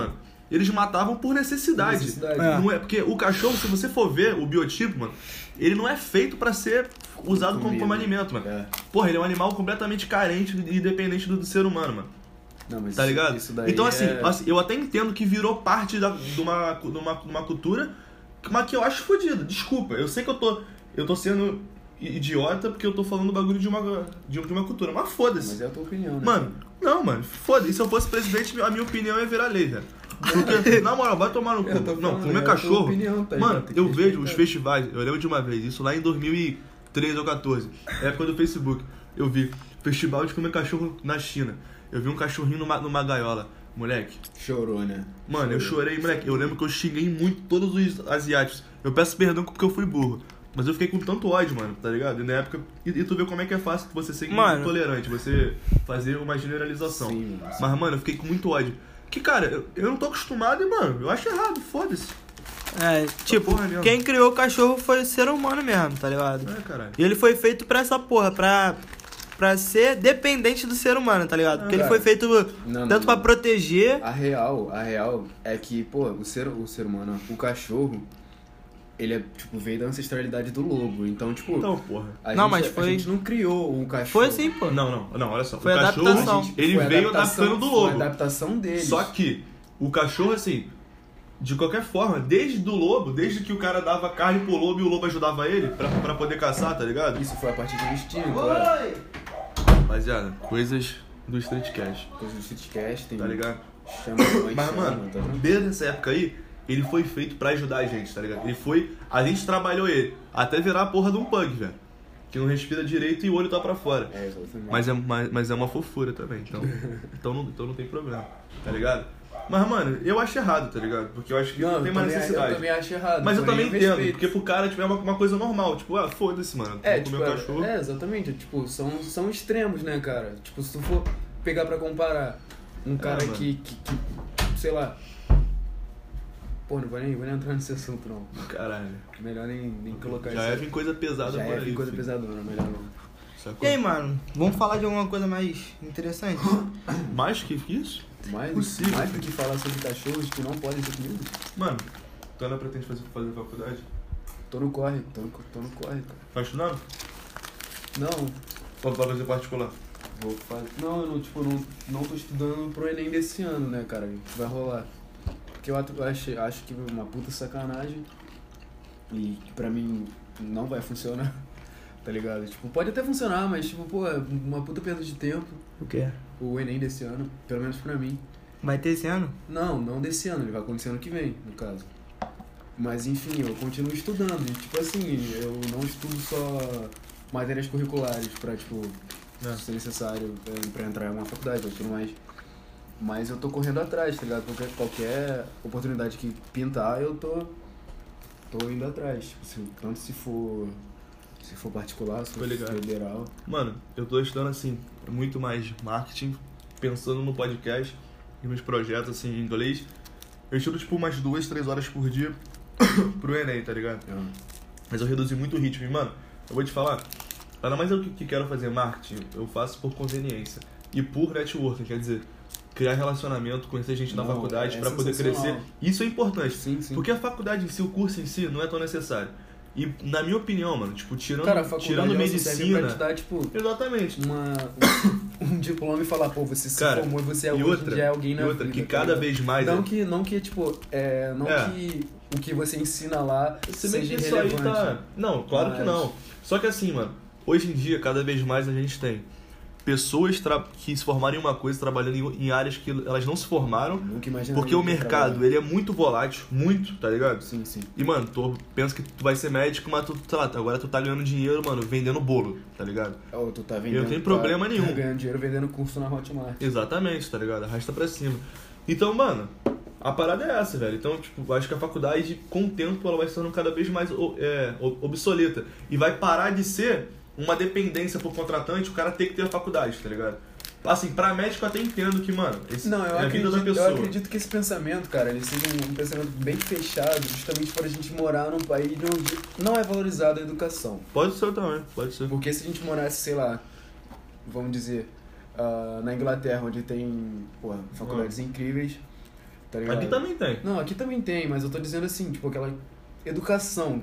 eles matavam por necessidade. Não é, porque o cachorro, se você for ver o biotipo, mano, ele não é feito pra ser usado como alimento, mano. Porra, ele é um animal completamente carente e dependente do ser humano, mano. Não, mas tá ligado? Isso daí então, assim, eu até entendo que virou parte de uma cultura, mas que eu acho fodido. Desculpa, eu sei que eu tô sendo idiota porque eu tô falando bagulho de uma cultura, mas foda-se. Mas é a tua opinião, né? Mano, não, mano, foda-se. Se eu fosse presidente, a minha opinião ia virar lei, velho. Porque, na moral, vai tomar no cu. Não, comer cachorro. Opinião, tá, mano, eu vejo os festivais, eu lembro de uma vez, isso lá em 2013 ou 14, época do Facebook. Eu vi festival de comer cachorro na China. Eu vi um cachorrinho numa gaiola. Moleque. Chorou, né? Mano, eu chorei, moleque. Eu lembro que eu xinguei muito todos os asiáticos. Eu peço perdão porque eu fui burro. Mas eu fiquei com tanto ódio, mano, tá ligado? E na época. E tu vê como é que é fácil você ser intolerante, você fazer uma generalização. Sim, sim. Mas, mano, eu fiquei com muito ódio. Que, cara, eu não tô acostumado e, mano, eu acho errado, foda-se. Tipo, quem criou o cachorro foi o ser humano mesmo, tá ligado? Caralho. E ele foi feito pra essa porra, pra ser dependente do ser humano, tá ligado? Porque ele foi feito tanto pra proteger... A real é que, pô, o ser humano, o cachorro, ele é, tipo, veio da ancestralidade do lobo. Então, tipo... Então, porra. A gente não criou o cachorro. Foi assim, pô. Não, olha só. Foi o cachorro, adaptação. Ele veio adaptando do lobo. Foi a adaptação dele. Só que o cachorro, assim... De qualquer forma, desde que o cara dava carne pro lobo e o lobo ajudava ele pra poder caçar, tá ligado? Isso foi a partir do instinto, claro. Rapaziada, coisas do Streetcast. Coisas do Streetcast, tem... Tá ligado? Mas, mano, desde essa época aí, ele foi feito pra ajudar a gente, tá ligado? A gente trabalhou ele até virar a porra de um pug, velho. Que não respira direito e o olho tá pra fora. Exatamente. Mas é uma fofura também, então não tem problema, tá ligado? Mas, mano, eu acho errado, tá ligado? Porque eu acho que não tem mais necessidade. Eu também acho errado. Mas eu também entendo, porque pro cara, tipo, é uma coisa normal. Tipo, foda-se, mano. Tipo, cachorro. Exatamente. Tipo, são extremos, né, cara? Tipo, se tu for pegar pra comparar um cara que sei lá... Pô, não vou nem entrar nesse assunto, não. Caralho. Melhor nem colocar isso. Já é coisa pesada por aí. Coisa pesadona, melhor não. E aí, mano? Vamos falar de alguma coisa mais interessante? Mais que isso? Mais do que falar sobre cachorros que não podem ser comidos? Mano, tu ainda pretende fazer faculdade? Tô no corre, cara. Tá estudando? Não. Ou vai fazer particular? Vou fazer. Não, eu não tô estudando pro Enem desse ano, né, cara? Vai rolar. Porque eu acho que é uma puta sacanagem. E que pra mim não vai funcionar. Tá ligado? Tipo, pode até funcionar, mas tipo, pô, é uma puta perda de tempo. O quê? O Enem desse ano, pelo menos pra mim. Vai ter esse ano? Não desse ano, ele vai acontecer ano que vem, no caso. Mas enfim, eu continuo estudando. E, tipo assim, eu não estudo só matérias curriculares pra, tipo, ser necessário pra entrar em uma faculdade ou tudo mais. Mas eu tô correndo atrás, tá ligado? Porque qualquer oportunidade que pintar, eu tô indo atrás. Tipo, tanto se for particular, se for federal. Mano, eu tô estudando, assim, muito mais marketing, pensando no podcast e nos projetos, assim, em inglês. Eu estudo, tipo, umas 2-3 horas por dia pro Enem, tá ligado? Mas eu reduzi muito o ritmo. E, mano, eu vou te falar, ainda mais eu que quero fazer marketing, eu faço por conveniência. E por networking, quer dizer, criar relacionamento, conhecer gente na faculdade pra poder crescer. Isso é importante. Sim. Porque a faculdade em si, o curso em si, não é tão necessário. E, na minha opinião, mano, tipo, tirando medicina... Pra te dar, tipo... Exatamente. Um diploma e falar, pô, você se formou e você hoje já é alguém na vida. Que cada vez mais... Não que, tipo, que o que você ensina lá seja isso relevante. Aí tá... Não, claro que não. Só que assim, mano, hoje em dia, cada vez mais a gente tem pessoas que se formaram em uma coisa trabalhando em áreas que elas não se formaram, porque o mercado, ele é muito volátil, muito, tá ligado? Sim. E, mano, tu pensa que tu vai ser médico, mas tu, sei lá, agora tu tá ganhando dinheiro, mano, vendendo bolo, tá ligado? Ou tu tá vendendo... Eu não tenho problema nenhum. Tá ganhando dinheiro vendendo curso na Hotmart. Exatamente, tá ligado? Arrasta pra cima. Então, mano, a parada é essa, velho. Então, tipo, acho que a faculdade, com o tempo, ela vai se tornando cada vez mais obsoleta. E vai parar de ser uma dependência pro contratante, o cara tem que ter a faculdade, tá ligado? Assim, pra médico eu até entendo que, mano, é a vida da pessoa. Eu acredito que esse pensamento, cara, ele seja um pensamento bem fechado, justamente por a gente morar num país onde não é valorizada a educação. Pode ser também, pode ser. Porque se a gente morasse, sei lá, vamos dizer, na Inglaterra, onde tem faculdades incríveis, tá ligado? Aqui também tem. Não, aqui também tem, mas eu tô dizendo assim, tipo, aquela educação.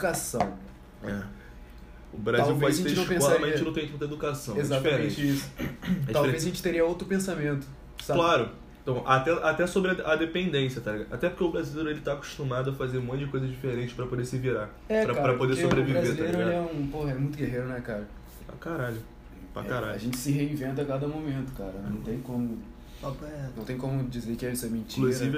É. O Brasil Talvez pode a ter gente não escola, pensaria- mas a gente não tem tanta educação. Exatamente É diferente. isso. É Talvez a diferente. gente teria outro pensamento, sabe? Claro. Então, até sobre a dependência, tá ligado? Até porque o brasileiro ele tá acostumado a fazer um monte de coisa diferente pra poder se virar. Pra poder porque sobreviver, o brasileiro, tá ele ligado? é muito guerreiro, né, cara? Pra caralho. Pra A caralho. gente se reinventa a cada momento, cara. Não tem como, Papo reto. não tem como dizer que isso é mentira. Inclusive,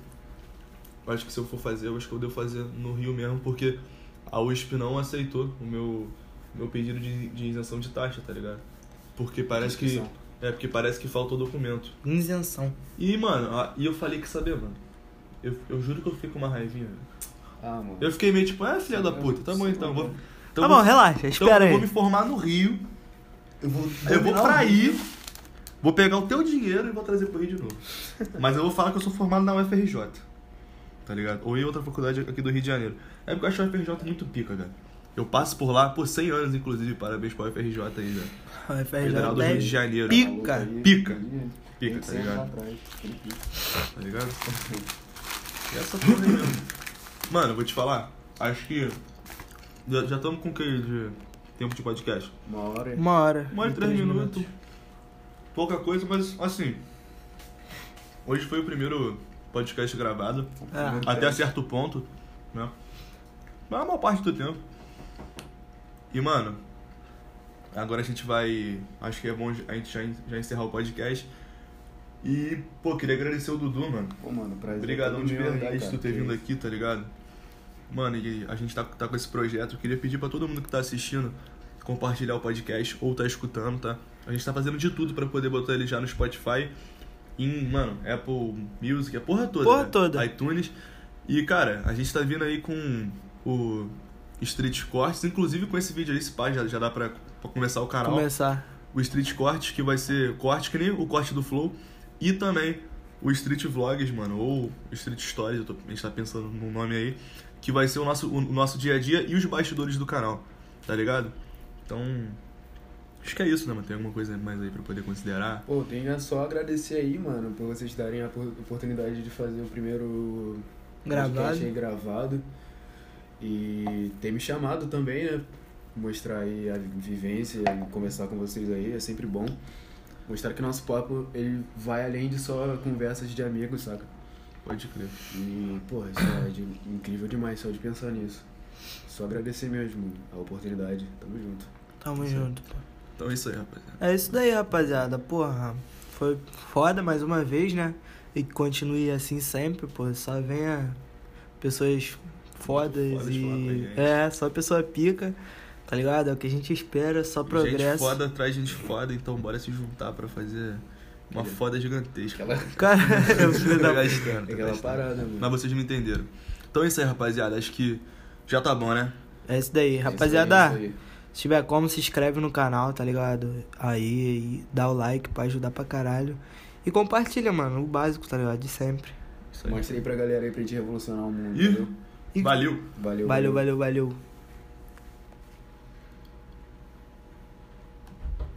acho que se eu for fazer, eu acho que eu devo fazer no Rio mesmo, porque a USP não aceitou o meu pedido de isenção de taxa, tá ligado? Porque parece que... Inscrição. porque parece que faltou documento. Isenção. E, mano, eu falei que saber, mano. Eu juro que eu fiquei com uma raivinha, velho. Ah, mano. Eu fiquei meio tipo, filha da puta, tá bom então. Então Tá bom, relaxa, espera eu vou me aí. formar no Rio, Eu vou pra aí, vou pegar o teu dinheiro e vou trazer pro Rio de novo. Mas eu vou falar que eu sou formado na UFRJ, tá ligado? Ou em outra faculdade aqui do Rio de Janeiro. É porque eu acho a UFRJ muito pica, cara. Eu passo por lá por 100 anos, inclusive. Parabéns pra UFRJ aí, velho. A Federal do Rio de Janeiro. Pica. Pica. Pica, tá ligado? Tá ligado? E essa porra aí mesmo. Mano, eu vou te falar. Acho que... Já estamos com o que de tempo de podcast? 1 hora. 1 hora. 1 hora e 3 minutos. Pouca coisa, mas assim... Hoje foi o primeiro podcast gravado. É. Até certo ponto, né? Mas a maior parte do tempo. E, mano... Agora a gente vai... Acho que é bom a gente já encerrar o podcast. E, pô, queria agradecer o Dudu, mano. Pô, mano, prazer. Obrigadão todo de meu aí, verdade de cara, tu ter que vindo isso. aqui, tá ligado? Mano, e a gente tá com esse projeto. Eu queria pedir pra todo mundo que tá assistindo compartilhar o podcast ou tá escutando, tá? A gente tá fazendo de tudo pra poder botar ele já no Spotify, em, mano, Apple Music, a porra toda. Porra né? toda. iTunes. E, cara, a gente tá vindo aí com o Street Cortes, inclusive com esse vídeo aí, esse pá, já dá pra começar o canal. Começar. O Street Cortes, que vai ser corte, que nem o corte do Flow. E também o Street Vlogs, mano, ou Street Stories, a gente tá pensando no nome aí, que vai ser o nosso dia a dia e os bastidores do canal, tá ligado? Então, acho que é isso, né, mano? Tem alguma coisa mais aí pra poder considerar? Pô, tenho só agradecer aí, mano, por vocês darem a oportunidade de fazer o primeiro Gravado. podcast aí gravado. E ter me chamado também, né? Mostrar aí a vivência e conversar com vocês aí, é sempre bom. Mostrar que nosso papo, ele vai além de só conversas de amigos, saca? Pode crer. E, porra, isso é incrível demais só de pensar nisso. Só agradecer mesmo a oportunidade. Tamo junto. Tamo junto, pô. Então é isso aí, rapaziada. É isso daí, rapaziada. Porra, foi foda mais uma vez, né? E que continue assim sempre, pô. Só venha pessoas fodas Fodas falar com a e... gente. É, só pessoa pica, tá ligado? É o que a gente espera, só progresso. Gente foda atrás de gente foda, então bora se juntar pra fazer uma foda gigantesca. Aquela, Cara, eu filho da... Tá gastando, tá aquela gastando. parada, mano. Mas vocês me entenderam. Então é isso aí, rapaziada. Acho que já tá bom, né? É isso daí, É rapaziada. isso aí. Se tiver como, se inscreve no canal, tá ligado? Aí, dá o like pra ajudar pra caralho. E compartilha, mano, o básico, tá ligado? De sempre. Isso aí. Mostra aí pra galera aí pra gente revolucionar o mundo, Ih. entendeu? E- Valeu! Valeu. Valeu, valeu, valeu.